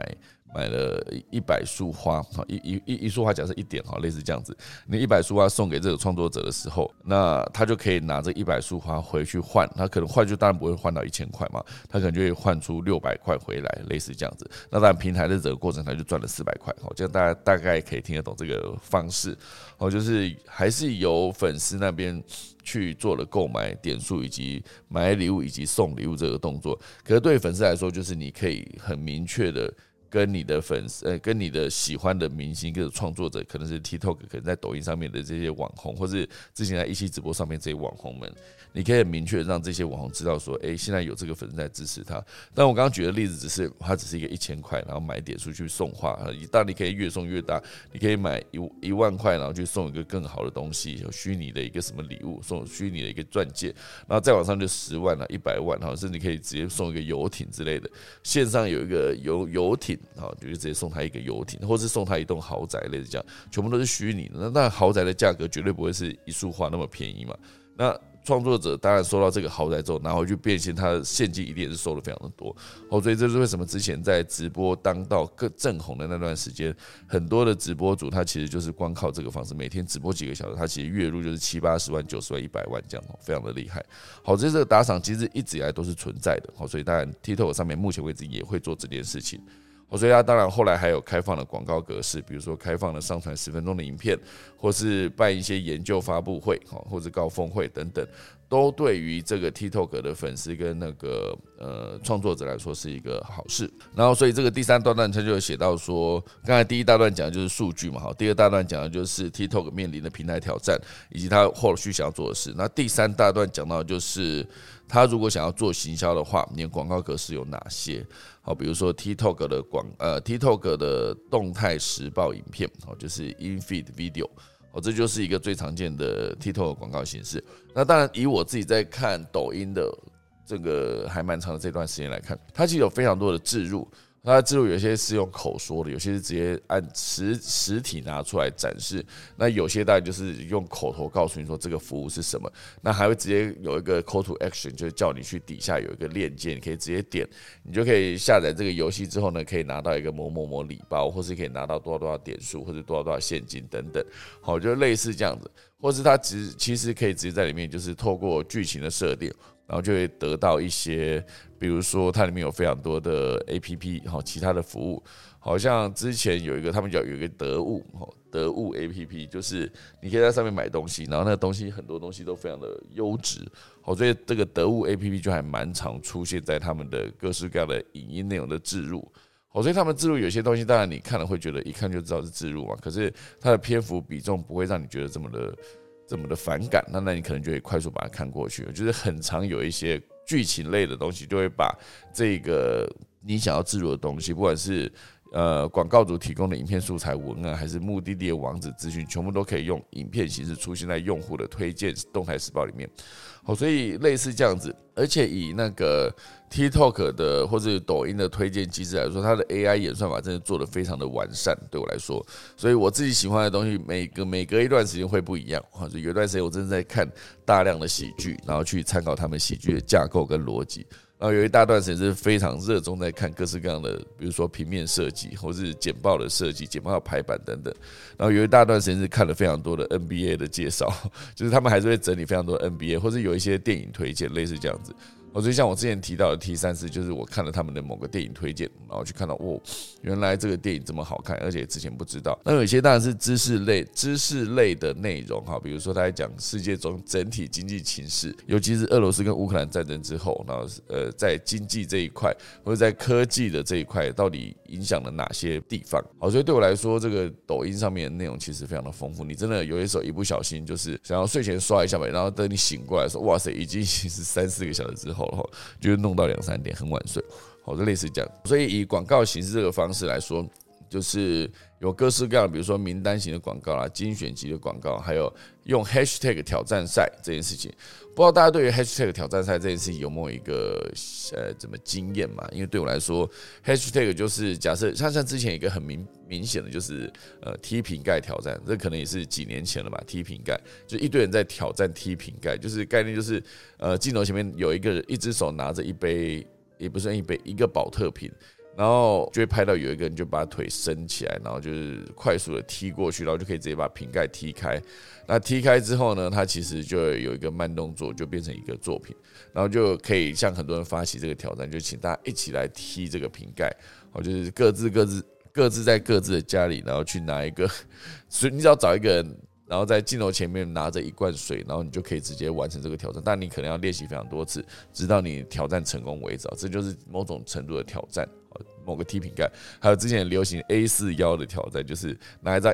买了100束花，一束花假设1点，类似这样子，你100束花送给这个创作者的时候，那他就可以拿这100束花回去换，他可能换就当然不会换到1000块嘛，他可能就会换出600块回来，类似这样子。那当然平台的整个过程他就赚了400块，这样大概可以听得懂这个方式，就是还是由粉丝那边去做了购买点数以及买礼物以及送礼物这个动作。可是对于粉丝来说，就是你可以很明确的跟你的粉丝，跟你的喜欢的明星跟创作者，可能是 TikTok， 可能在抖音上面的这些网红，或是之前在一期直播上面这些网红们，你可以很明确的让这些网红知道说，现在有这个粉丝在支持他。但我刚刚举的例子它只是一个1000块，然后买点数去送花，当然你可以越送越大，你可以买1万块，然后去送一个更好的东西，有虚拟的一个什么礼物，送虚拟的一个钻戒，然后再往上就10万100万，甚至你可以直接送一个游艇之类的，线上有一个游艇。就直接送他一个游艇，或是送他一栋豪宅，类似这样，全部都是虚拟的。那豪宅的价格绝对不会是一束花那么便宜嘛。那创作者当然收到这个豪宅之后，拿回去变现，他的现金一定也是收的非常的多。所以这是为什么之前在直播当到更正红的那段时间，很多的直播主他其实就是光靠这个方式，每天直播几个小时，他其实月入就是70、80万、90万、100万这样，非常的厉害。这个打赏机制一直以来都是存在的，所以当然 TikTok 上面目前为止也会做这件事情。所以他当然后来还有开放了广告格式，比如说开放了上传10分钟的影片，或是办一些研究发布会，或是高峰会等等，都对于这个 TikTok 的粉丝跟那个创作者来说是一个好事。然后所以这个第3大段他就有写到说，刚才第1大段讲的就是数据嘛，第2大段讲的就是 TikTok 面临的平台挑战以及他后续想要做的事。那第3大段讲到就是他如果想要做行销的话，你的广告格式有哪些？比如说 TikTok 的动态时报影片，就是 in-feed video，这就是一个最常见的 TikTok 广告形式。那当然，以我自己在看抖音的这个还蛮长的这段时间来看，它其实有非常多的置入。它的置入有些是用口说的，有些是直接按实体拿出来展示。那有些当然就是用口头告诉你说这个服务是什么。那还会直接有一个 call to action， 就是叫你去底下有一个链接，你可以直接点，你就可以下载这个游戏之后呢，可以拿到一个某某某礼包，或是可以拿到多少多少点数，或者多少现金等等。就类似这样子，或是它其实可以直接在里面就是透过剧情的设定，然后就会得到一些，比如说它里面有非常多的 APP， 其他的服务，好像之前他们有一个得物 APP， 就是你可以在上面买东西，然后那个东西很多东西都非常的优质，所以这个得物 APP 就还蛮常出现在他们的各式各样的影音内容的置入。所以他们置入有些东西，当然你看了会觉得一看就知道是置入嘛，可是它的篇幅比重不会让你觉得这么的反感，那你可能就会快速把它看过去。就是很常有一些剧情类的东西，就会把这个你想要置入的东西，不管是广告主提供的影片素材文案，还是目的地的网址资讯，全部都可以用影片形式出现在用户的推荐动态时报里面。所以类似这样子，而且以那个 TikTok 的或者抖音的推荐机制来说，它的 AI 演算法真的做得非常的完善，对我来说，所以我自己喜欢的东西每隔一段时间会不一样。有一段时间我真的在看大量的喜剧，然后去参考他们喜剧的架构跟逻辑。然后有一大段时间是非常热衷在看各式各样的，比如说平面设计，或是简报的设计、简报的排版等等。然后有一大段时间是看了非常多的 NBA 的介绍，就是他们还是会整理非常多的 NBA， 或是有一些电影推荐，类似这样子。所以像我之前提到的 T34，就是我看了他们的某个电影推荐，然后去看到原来这个电影这么好看，而且之前不知道。那有一些当然是知识类的内容，比如说他在讲世界中整体经济情势，尤其是俄罗斯跟乌克兰战争之后，然后在经济这一块或者在科技的这一块，到底影响了哪些地方？所以对我来说，这个抖音上面的内容其实非常的丰富。你真的有些时候一不小心就是想要睡前刷一下吧，然后等你醒过来的时候，哇塞，已经是3-4个小时之后。就弄到2-3点，很晚睡，就类似这样。所以以广告形式这个方式来说，就是有各式各样的，比如说名单型的广告啦、精选集的广告，还有用 hashtag 挑战赛这件事情。不知道大家对于 hashtag 挑战赛这件事情有没有一个怎么经验嘛？因为对我来说 ，hashtag 就是假设像之前一个很明显的就是踢瓶盖挑战，这可能也是几年前了吧。踢瓶盖就一堆人在挑战踢瓶盖，就是概念就是镜头前面有一个人一只手拿着一杯，也不算一杯，一个保特瓶。 然后就会拍到有一个人就把腿伸起来，然后就是快速的踢过去，然后就可以直接把瓶盖踢开。那踢开之后呢，它其实就有一个慢动作，就变成一个作品，然后就可以向很多人发起这个挑战，就请大家一起来踢这个瓶盖，就是各自在各自的家里，然后去拿一个，所以你只要找一个人。然后在镜头前面拿着一罐水，然后你就可以直接完成这个挑战。但你可能要练习非常多次，直到你挑战成功为止。这就是某种程度的挑战。某个踢瓶盖，还有之前流行 A4 腰的挑战，就是拿一张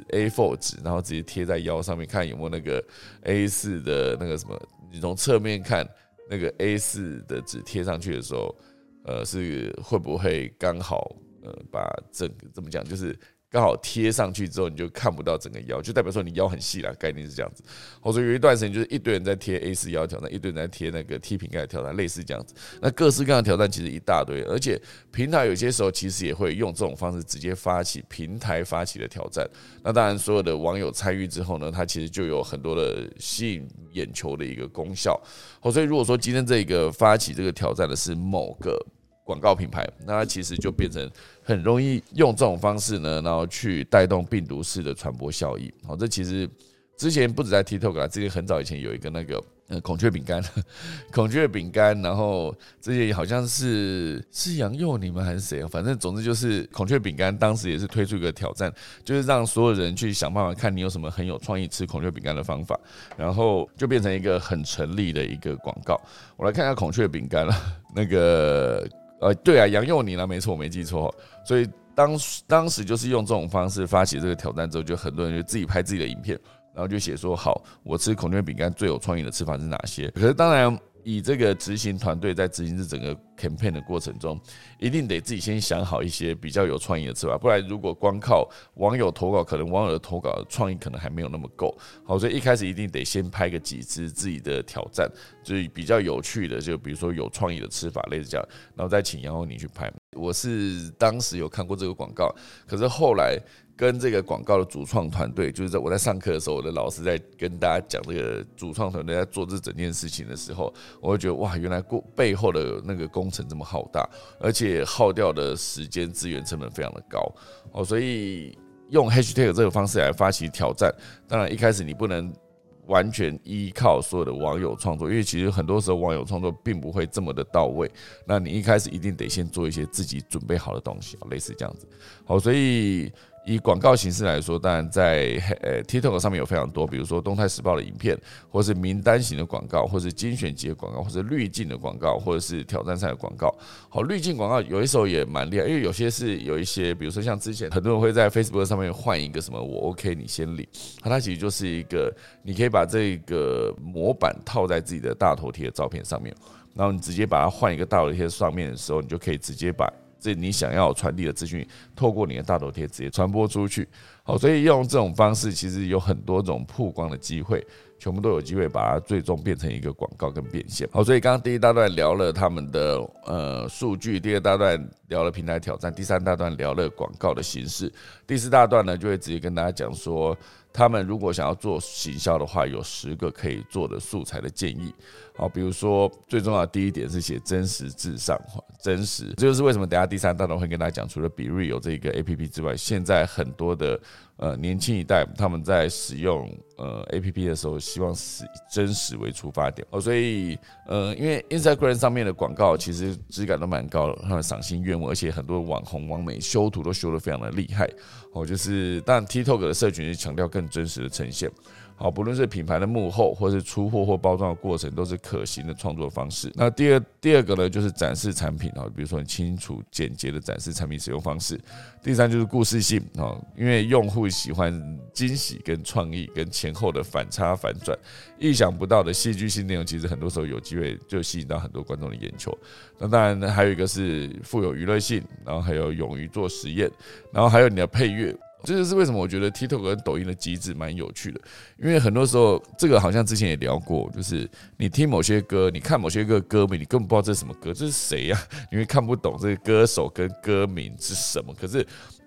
A4 纸，然后直接贴在腰上面，看有没有那个 A4 的那个什么。你从侧面看那个 A4 的纸贴上去的时候，是会不会刚好把整个怎么讲，就是刚好贴上去之后，你就看不到整个腰，就代表说你腰很细啦，概念是这样子。所以有一段时间就是一堆人在贴 A4 腰挑战，一堆人在贴那个踢瓶盖挑战，类似这样子。那各式各样的挑战其实一大堆，而且平台有些时候其实也会用这种方式直接发起平台发起的挑战。那当然，所有的网友参与之后呢，它其实就有很多的吸引眼球的一个功效。所以如果说今天这个发起这个挑战的是某个广告品牌，那它其实就变成很容易用这种方式呢，然后去带动病毒式的传播效益。这其实之前不止在 TikTok 之前很早以前有一个那个孔雀饼干，孔雀饼干，然后之前好像是杨佑宁们还是谁，反正总之就是孔雀饼干当时也是推出一个挑战，就是让所有人去想办法看你有什么很有创意吃孔雀饼干的方法，然后就变成一个很成立的一个广告。我来看一下孔雀饼干了，那个。对啊，杨佑宁啦，没错，我没记错。所以当时就是用这种方式发起这个挑战之后，就很多人就自己拍自己的影片，然后就写说：好，我吃孔雀饼干最有创意的吃法是哪些？可是当然，以这个执行团队在执行这整个 campaign 的过程中，一定得自己先想好一些比较有创意的吃法，不然如果光靠网友投稿，可能网友的投稿的创意可能还没有那么够。好，所以一开始一定得先拍个几支自己的挑战，就是比较有趣的，就比如说有创意的吃法，类似这样，然后再请杨佑宁去拍。我是当时有看过这个广告，可是后来跟这个广告的主创团队，就是我在上课的时候，我的老师在跟大家讲这个主创团队在做这整件事情的时候，我会觉得哇，原来背后的那个工程这么浩大，而且耗掉的时间资源成本非常的高。所以用 hashtag 这个方式来发起挑战，当然一开始你不能完全依靠所有的网友创作，因为其实很多时候网友创作并不会这么的到位。那你一开始一定得先做一些自己准备好的东西，类似这样子。好，所以以广告形式来说，当然在TikTok 上面有非常多，比如说动态时报的影片，或是名单型的广告，或是精选集的广告，或是滤镜的广告，或者是挑战赛的广告。好，滤镜广告有一时候也蛮厉害，因为有些是有一些，比如说像之前很多人会在 Facebook 上面换一个什么我 OK 你先领，它其实就是一个你可以把这个模板套在自己的大头贴的照片上面，然后你直接把它换一个大头贴上面的时候，你就可以直接把这你想要传递的资讯，透过你的大头贴直接传播出去。好，所以用这种方式，其实有很多种曝光的机会，全部都有机会把它最终变成一个广告跟变现。好，所以刚刚第一大段聊了他们的数据，第二大段聊了平台挑战，第三大段聊了广告的形式，第四大段呢就会直接跟大家讲说，他们如果想要做行销的话，有10个可以做的素材的建议。好，比如说最重要的第一点是写真实至上，真实，这就是为什么等一下第三大段会跟大家讲，除了 BeReal 这个 APP 之外，现在很多的年轻一代他们在使用APP 的时候，希望是以真实为出发点。所以因为 Instagram 上面的广告其实质感都蛮高的，他们赏心悦目，而且很多网红网美修图都修得非常的厉害。就是当然 TikTok 的社群是强调更真实的呈现。好，不论是品牌的幕后，或是出货或包装的过程，都是可行的创作方式。那第二个呢，就是展示产品，比如说很清楚简洁的展示产品使用方式。第三就是故事性，因为用户喜欢惊喜跟创意跟前后的反差反转，意想不到的戏剧性内容，其实很多时候有机会就吸引到很多观众的眼球。那当然还有一个是富有娱乐性，然后还有勇于做实验，然后还有你的配乐。这就是为什么我觉得 TikTok 跟抖音的机制蛮有趣的，因为很多时候这个好像之前也聊过，就是你听某些歌，你看某些歌名，你根本不知道这是什么歌，这是谁呀？你会看不懂这个歌手跟歌名是什么。可是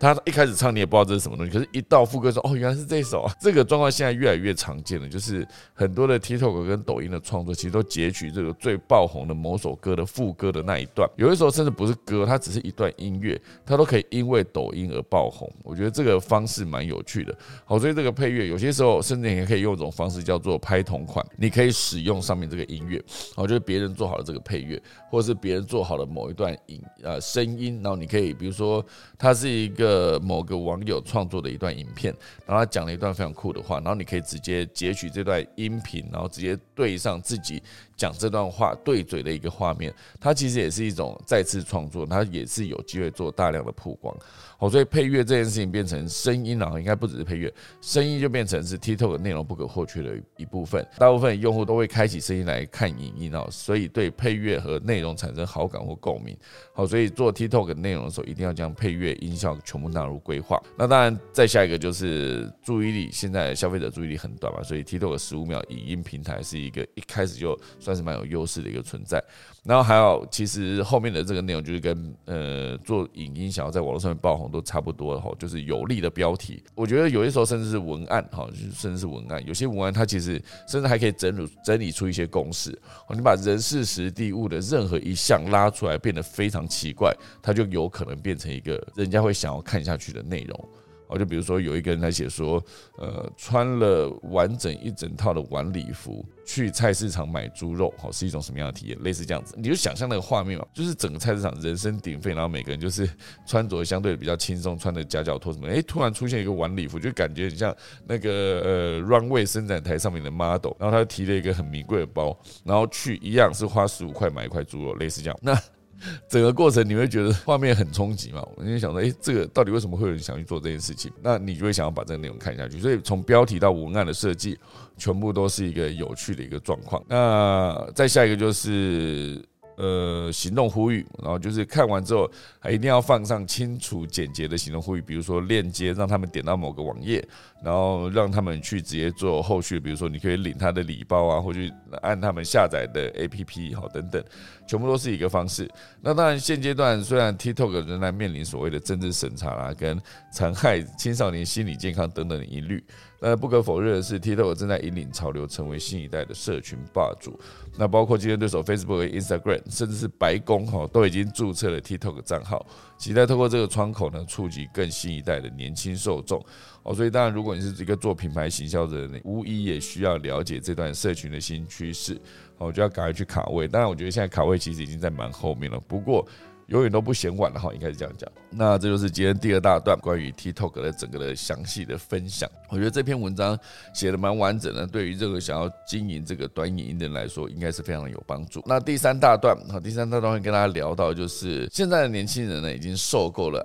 他一开始唱你也不知道这是什么东西，可是一到副歌说哦原来是这首啊，这个状况现在越来越常见了，就是很多的 TikTok 跟抖音的创作其实都截取这个最爆红的某首歌的副歌的那一段，有的时候甚至不是歌，它只是一段音乐，它都可以因为抖音而爆红。我觉得这个方式蛮有趣的。好，所以这个配乐有些时候甚至也可以用一种方式叫做拍同款，你可以使用上面这个音乐，好，就是别人做好的这个配乐，或者是别人做好的某一段声音，然后你可以比如说它是一个某个网友创作的一段影片，然后他讲了一段非常酷的话，然后你可以直接截取这段音频，然后直接对上自己讲这段话对嘴的一个画面，它其实也是一种再次创作，它也是有机会做大量的曝光。好，所以配乐这件事情变成声音，然后应该不只是配乐，声音就变成是 TikTok 内容不可或缺的一部分。大部分用户都会开启声音来看影音，所以对配乐和内容产生好感或共鸣。好，所以做 TikTok 内容的时候，一定要将配乐、音效全部纳入规划。那当然，再下一个就是注意力，现在消费者注意力很短嘛，所以 TikTok 15秒影音平台是一个一开始就算是蛮有优势的一个存在。然后还有，其实后面的这个内容就是跟做影音想要在网络上面爆红都差不多了，就是有力的标题。我觉得有些时候甚至是文案，甚至是文案，有些文案它其实甚至还可以整理出一些公式。你把人事时地物的任何一项拉出来，变得非常奇怪，它就有可能变成一个人家会想要看下去的内容。就比如说有一个人在写说，穿了完整一整套的晚礼服去菜市场买猪肉，是一种什么样的体验？类似这样子，你就想象那个画面嘛，就是整个菜市场人声鼎沸，然后每个人就是穿着相对比较轻松，穿的夹脚拖什么，突然出现一个晚礼服，就感觉很像那个runway 伸展台上面的 model， 然后他提了一个很名贵的包，然后去一样是花15块买一块猪肉，类似这样。那整个过程你会觉得画面很冲击嘛？我就想说，这个到底为什么会有人想去做这件事情？那你就会想要把这个内容看下去。所以从标题到文案的设计，全部都是一个有趣的一个状况。那再下一个就是行动呼吁，然后就是看完之后还一定要放上清楚简洁的行动呼吁，比如说链接让他们点到某个网页，然后让他们去直接做后续，比如说你可以领他的礼包啊，或去按他们下载的 APP 等等，全部都是一个方式。那当然现阶段虽然 TikTok 仍然面临所谓的政治审查啦，跟残害青少年心理健康等等的疑虑，那不可否认的是 TikTok 正在引领潮流，成为新一代的社群霸主。那包括竞争对手 Facebook 和 Instagram， 甚至是白宫都已经注册了 TikTok 账号，期待透过这个窗口呢，触及更新一代的年轻受众。所以当然，如果你是一个做品牌行销的人，无疑也需要了解这段社群的新趋势，就要赶快去卡位。当然，我觉得现在卡位其实已经在蛮后面了，不过永远都不嫌晚了，应该是这样讲。那这就是今天第二大段关于 TikTok 的整个的详细的分享。我觉得这篇文章写的蛮完整的，对于任何想要经营这个短影音的人来说，应该是非常有帮助。那第三大段会跟大家聊到，就是现在的年轻人呢，已经受够了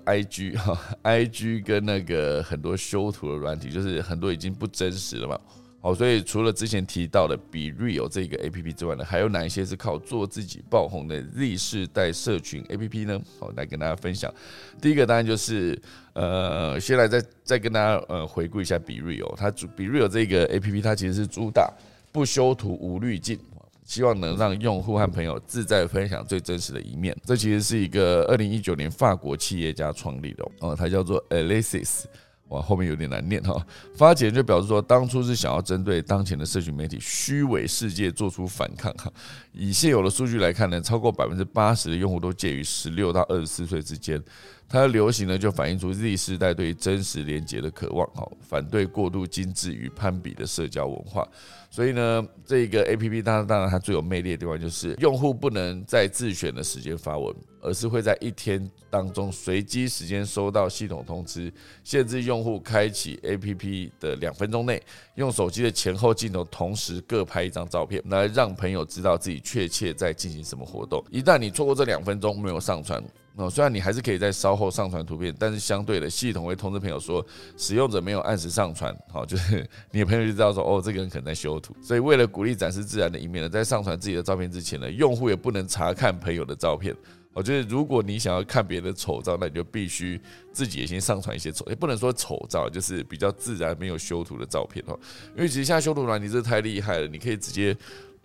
IG 跟那个很多修图的软体，就是很多已经不真实了嘛。所以除了之前提到的 BeReal 这个 APP 之外呢，还有哪一些是靠做自己爆红的 Z 世代社群 APP 呢？来跟大家分享。第一个当然就是先来再跟大家回顾一下 BeReal。它 BeReal 这个 APP 它其实是主打不修图无滤镜，希望能让用户和朋友自在分享最真实的一面。这其实是一个2019年法国企业家创立的它叫做 Alesis。后面有点难念发起人就表示说，当初是想要针对当前的社群媒体虚伪世界做出反抗以现有的数据来看呢，超过80%的用户都介于16到24岁之间。它的流行呢，就反映出 Z 世代对真实连结的渴望，反对过度精致与攀比的社交文化。所以呢，这个 APP 当然它最有魅力的地方就是，用户不能在自选的时间发文，而是会在一天当中随机时间收到系统通知，限制用户开启 APP 的2分钟内，用手机的前后镜头同时各拍一张照片，来让朋友知道自己确切在进行什么活动。一旦你错过这2分钟没有上传，虽然你还是可以在稍后上传图片，但是相对的，系统会通知朋友说使用者没有按时上传，就是你的朋友就知道说这个人可能在修图。所以为了鼓励展示自然的一面呢，在上传自己的照片之前呢，用户也不能查看朋友的照片。就是如果你想要看别人的丑照，那你就必须自己也先上传一些也不能说丑照，就是比较自然没有修图的照片因为其实现在修图软体真的太厉害了，你可以直接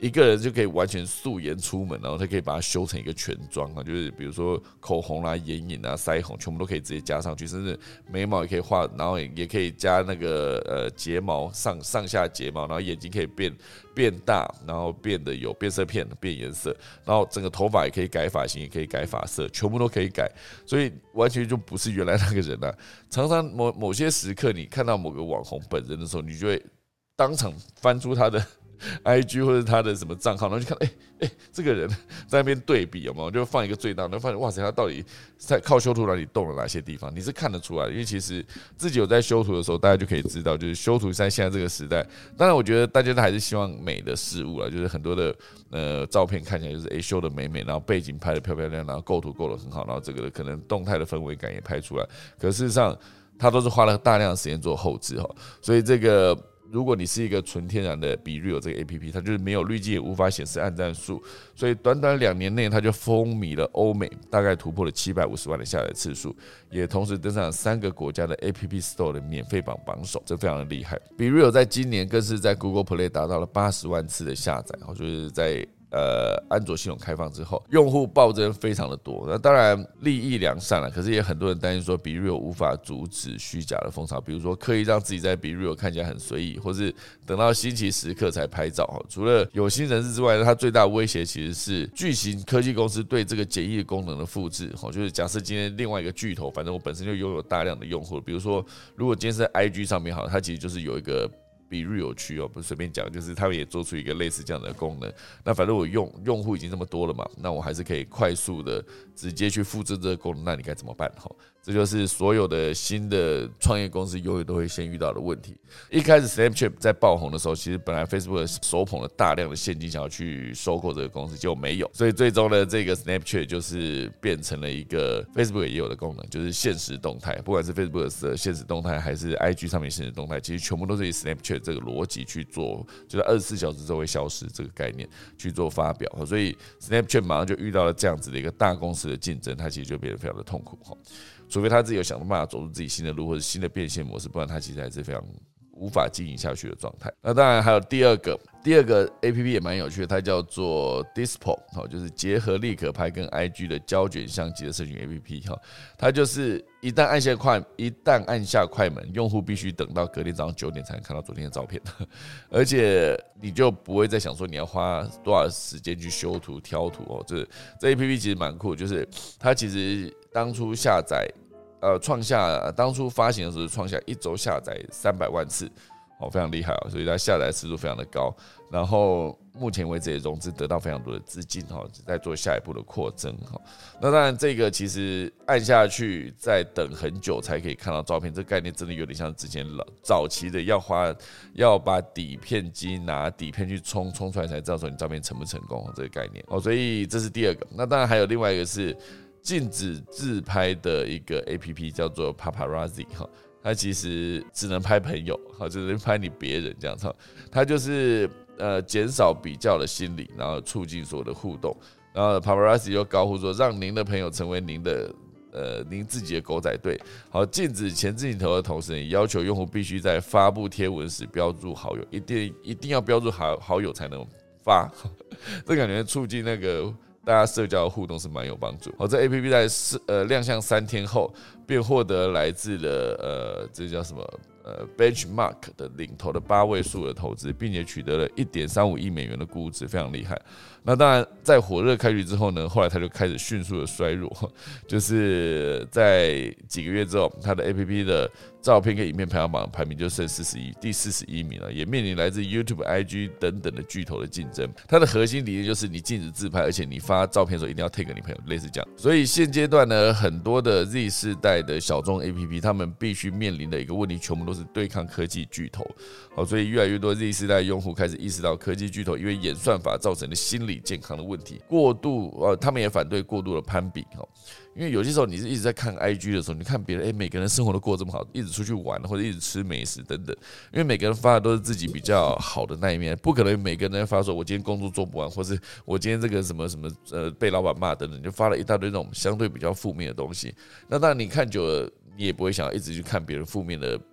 一个人就可以完全素颜出门，然后他可以把它修成一个全妆啊，就是比如说口红啦、眼影啊、腮红，全部都可以直接加上去，甚至眉毛也可以画，然后也可以加那个睫毛上下睫毛，然后眼睛可以变大，然后变得有变色片变颜色，然后整个头发也可以改发型，也可以改发色，全部都可以改，所以完全就不是原来那个人啊。常常某些时刻，你看到某个网红本人的时候，你就会当场翻出他的IG 或者他的什么账号，然后就看，这个人在那边对比有没有？就放一个最大，然后发现哇塞，他到底在靠修图软体动了哪些地方？你是看得出来的，因为其实自己有在修图的时候，大家就可以知道，就是修图在现在这个时代，当然我觉得大家都还是希望美的事物啦，就是很多的照片看起来就是修的美美，然后背景拍的漂漂亮亮，然后构图构得很好，然后这个可能动态的氛围感也拍出来，可事实上他都是花了大量的时间做后置哈，所以这个。如果你是一个纯天然的BeReal这个 APP， 它就是没有滤镜，也无法显示按赞数，所以短短2年内，它就风靡了欧美，大概突破了750万的下载次数，也同时登上了3个国家的 App Store 的免费榜首，这非常的厉害。BeReal在今年更是在 Google Play 达到了80万次的下载，就是在安卓系统开放之后，用户暴增非常的多。那当然利益良善了，可是也很多人担心说BeReal无法阻止虚假的风潮，比如说刻意让自己在BeReal看起来很随意，或是等到新奇时刻才拍照。除了有心人士之外，它最大的威胁其实是巨型科技公司对这个简易功能的复制。就是假设今天另外一个巨头，反正我本身就拥有大量的用户，比如说如果今天是在 IG 上面好，它其实就是有一个BeReal区不是随便讲，就是他们也做出一个类似这样的功能。那反正我用户已经这么多了嘛，那我还是可以快速的直接去复制这个功能。那你该怎么办？这就是所有的新的创业公司永远都会先遇到的问题。一开始 Snapchat 在爆红的时候，其实本来 Facebook 手捧了大量的现金想要去收购这个公司，结果没有，所以最终呢，这个 Snapchat 就是变成了一个 Facebook 也有的功能，就是限时动态。不管是 Facebook 的限时动态，还是 IG 上面限时动态，其实全部都是以 Snapchat 这个逻辑去做，就是24小时之后会消失这个概念去做发表。所以 Snapchat 马上就遇到了这样子的一个大公司的竞争，它其实就变得非常的痛苦。除非他自己有想办法走出自己新的路或者新的变现模式，不然他其实还是非常无法经营下去的状态。那当然还有第二个 APP 也蛮有趣的，它叫做 Dispo， 就是结合立可拍跟 IG 的胶卷相机的社群 APP。它就是一旦按下快门，用户必须等到隔天早上9点才能看到昨天的照片，而且你就不会再想说你要花多少时间去修图挑图。这 APP 其实蛮酷，就是它其实当初下载当初发行的时候创下1周下载300万次，非常厉害所以它下载次数非常的高。然后目前为止也融资得到非常多的资金在做下一步的扩增。那当然这个其实按下去再等很久才可以看到照片，这个概念真的有点像之前早期的要把底片机拿底片去冲出来才知道说你照片成不成功这个概念。所以这是第二个。那当然还有另外一个是禁止自拍的一个 APP 叫做 Paparazzi， 它其实只能拍朋友，只能拍你别人这样子。它就是减少比较的心理，然后促进所有的互动。然后 Paparazzi 又高呼说，让您的朋友成为您自己的狗仔队。禁止前置镜头的同时，也要求用户必须在发布贴文时标注好友，一定要标注好友才能发。这感觉促进那个大家社交的互动是蛮有帮助。这 APP 在亮相3天后，便获得来自了这叫什么Benchmark 的领头的8位数的投资，并且取得了$1.35亿的估值，非常厉害。那当然，在火热开局之后呢，后来它就开始迅速的衰弱，就是在几个月之后，它的 APP 的照片跟影片排行榜排名就剩第41名了，也面临来自 YouTube、IG 等等的巨头的竞争。它的核心理念就是你禁止自拍，而且你发照片的时候一定要 tag 你朋友，类似这样。所以现阶段呢，很多的 Z 世代的小众 APP， 他们必须面临的一个问题，全部都是对抗科技巨头。所以越来越多 Z 世代用户开始意识到科技巨头因为演算法造成的心理健康的问题，他们也反对过度的攀比。因为有些时候你是一直在看 IG 的时候，你看别人每个人生活都过这么好，一直出去玩或者一直吃美食等等，因为每个人发的都是自己比较好的那一面，不可能每个人发说我今天工作做不完，或是我今天这个什么被老板骂等等，就发了一大堆那种相对比较负面的东西。那当然你看久了，你也不会想要一直去看别人负面的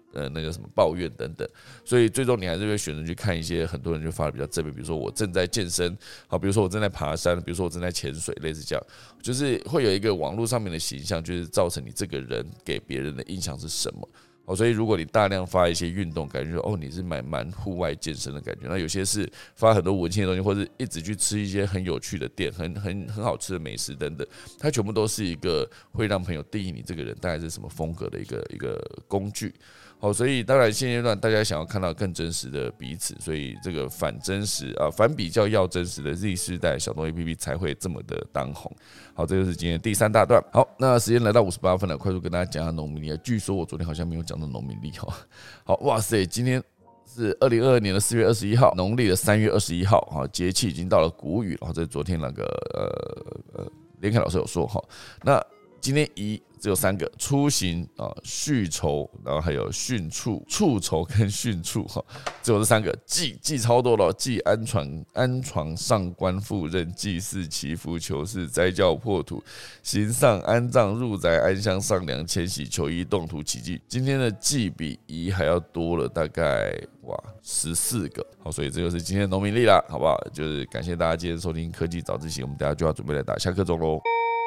那个什么抱怨等等，所以最终你还是会选择去看一些很多人就发的比较正面，比如说我正在健身，好，比如说我正在爬山，比如说我正在潜水，类似这样，就是会有一个网络上面的形象，就是造成你这个人给别人的印象是什么。所以如果你大量发一些运动，感觉你是蛮户外健身的感觉。那有些是发很多文青的东西，或者一直去吃一些很有趣的店、很好吃的美食等等，它全部都是一个会让朋友定义你这个人大概是什么风格的一个工具。所以当然现阶段大家想要看到更真实的彼此，所以这个反真实反比较要真实的 Z 世代小东 APP 才会这么的当红。好，这就是今天第3大段。好，那时间来到58分了，快速跟大家讲下农民历。据说我昨天好像没有讲到农民历。好，哇塞，今天是2022年的4月21号，农历的3月21号，节气已经到了谷雨了。这是昨天那个连凯老师有说哈，那今天只有3个：出行续筹，然后还有训畜、畜筹跟训畜只有这3个。祭超多了，祭安床上官赴任，祭祀祈福求事，斋教破土，行丧安葬，入宅安乡，上梁迁徙，求医动土起祭。今天的祭比宜还要多了大概14个。好，所以这就是今天的农民历啦，好不好？就是感谢大家今天收听科技早自习，我们等一下就要准备来打下课钟喽。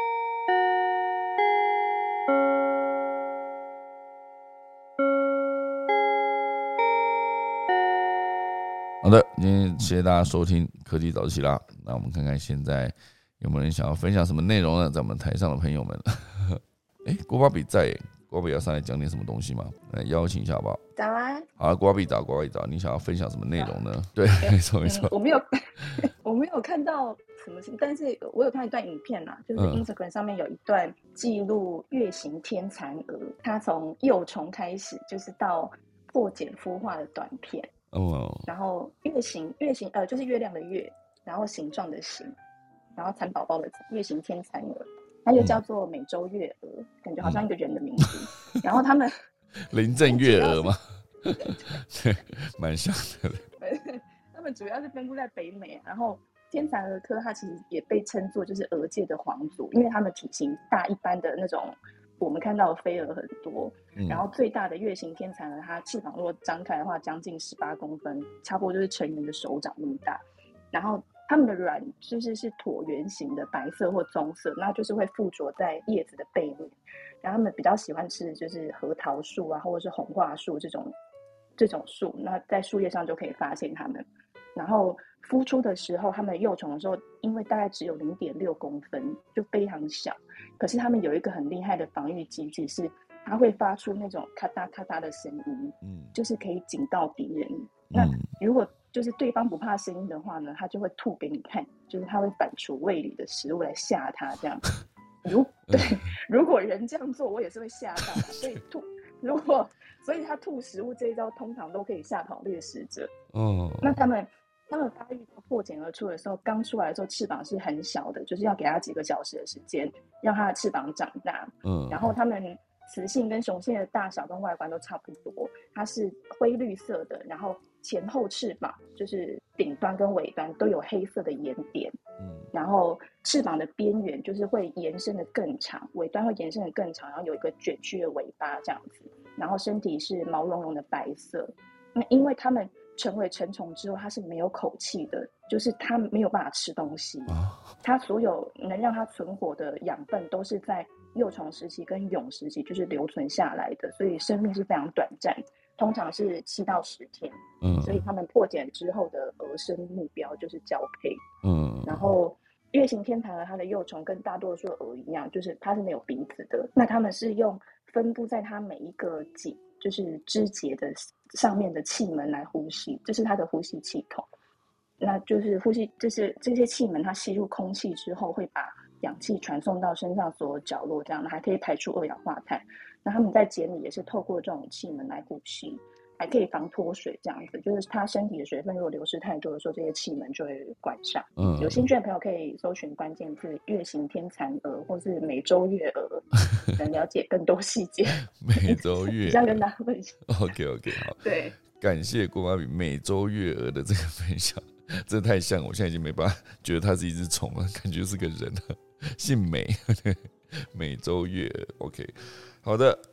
好的，今天谢谢大家收听科技早自习啦。那我们看看现在有没有人想要分享什么内容呢？在我们台上的朋友们，郭巴比在耶，郭巴比要上来讲点什么东西吗？来邀请一下好不好？ 早啊！ 好啊，郭巴比早，你想要分享什么内容呢？对，没错。 我没有看到什么，但是我有看一段影片啦，就是 Instagram 上面有一段记录月形天蚕蛾，它从幼虫开始，就是到破茧孵化的短片。然后月形就是月亮的月，然后形状的形，然后蚕宝宝的月形天蚕蛾，它又叫做美洲月蛾，感觉好像一个人的名字。然后他们林正月娥吗？对，蛮像的。 他们主要是分布在北美，然后天蚕蛾科它其实也被称作就是蛾界的皇族，因为它们体型大一般的那种我们看到的飞蛾很多。然后最大的月形天蚕蛾，它翅膀如果张开的话，将近18公分，差不多就是成人的手掌那么大。然后它们的卵就是椭圆形的，白色或棕色，那就是会附着在叶子的背面。然后它们比较喜欢吃的就是核桃树啊，或者是红桦树这种树，那在树叶上就可以发现它们。然后孵出的时候，它们幼虫的时候，因为大概只有0.6公分，就非常小。可是它们有一个很厉害的防御机制，是它会发出那种咔嗒咔嗒的声音，就是可以警告敌人。那如果就是对方不怕声音的话呢，它就会吐给你看，就是它会反刍胃里的食物来吓它这样。如果人这样做，我也是会吓到。所以它吐食物这一招通常都可以吓跑猎食者。那他们发育到破茧而出的时候，刚出来的时候翅膀是很小的，就是要给它几个小时的时间，让它的翅膀长大。然后它们雌性跟雄性的大小跟外观都差不多，它是灰绿色的，然后前后翅膀就是顶端跟尾端都有黑色的眼点。然后翅膀的边缘就是会延伸的更长，尾端会延伸的更长，然后有一个卷曲的尾巴这样子。然后身体是毛茸茸的白色。那因为它们成为成虫之后，它是没有口气的，就是它没有办法吃东西。它所有能让它存活的养分都是在幼虫时期跟蛹时期就是留存下来的，所以生命是非常短暂，通常是7到10天。所以它们破茧之后的蛾生目标就是交配。然后月形天蚕蛾它的幼虫跟大多数的蛾一样，就是它是没有鼻子的。那它们是用分布在它每一个就是枝节的上面的气门来呼吸，这是它的呼吸系统。那就是呼吸，这些气门，它吸入空气之后，会把氧气传送到身上所有角落，这样还可以排出二氧化碳。那他们在茧里也是透过这种气门来呼吸，还可以防脱水，这样子就是它身体的水分如果流失太多的时候，这些气门就会关上。有兴趣的朋友可以搜寻关键字月形天蚕蛾或是美洲月蛾，能了解更多细节。 美洲月蛾这样跟大家分享。 OK 好。 对， 感谢郭妈比美洲月蛾的这个分享，真的太像，我现在已经没办法觉得它是一只虫了，感觉是个人了，姓美。美洲月蛾 OK。好的，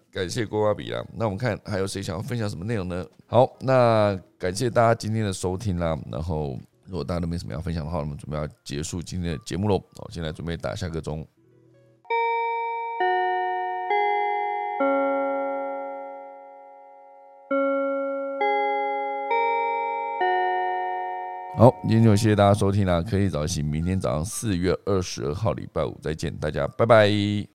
感谢郭阿比啦。那我们看还有谁想要分享什么内容呢？好，那感谢大家今天的收听啦。然后如果大家都没什么要分享的话，我们准备要结束今天的节目喽。现在准备打下个钟。好，今天就谢谢大家收听啦，可以早起，明天早上4月22号礼拜五再见，大家拜拜。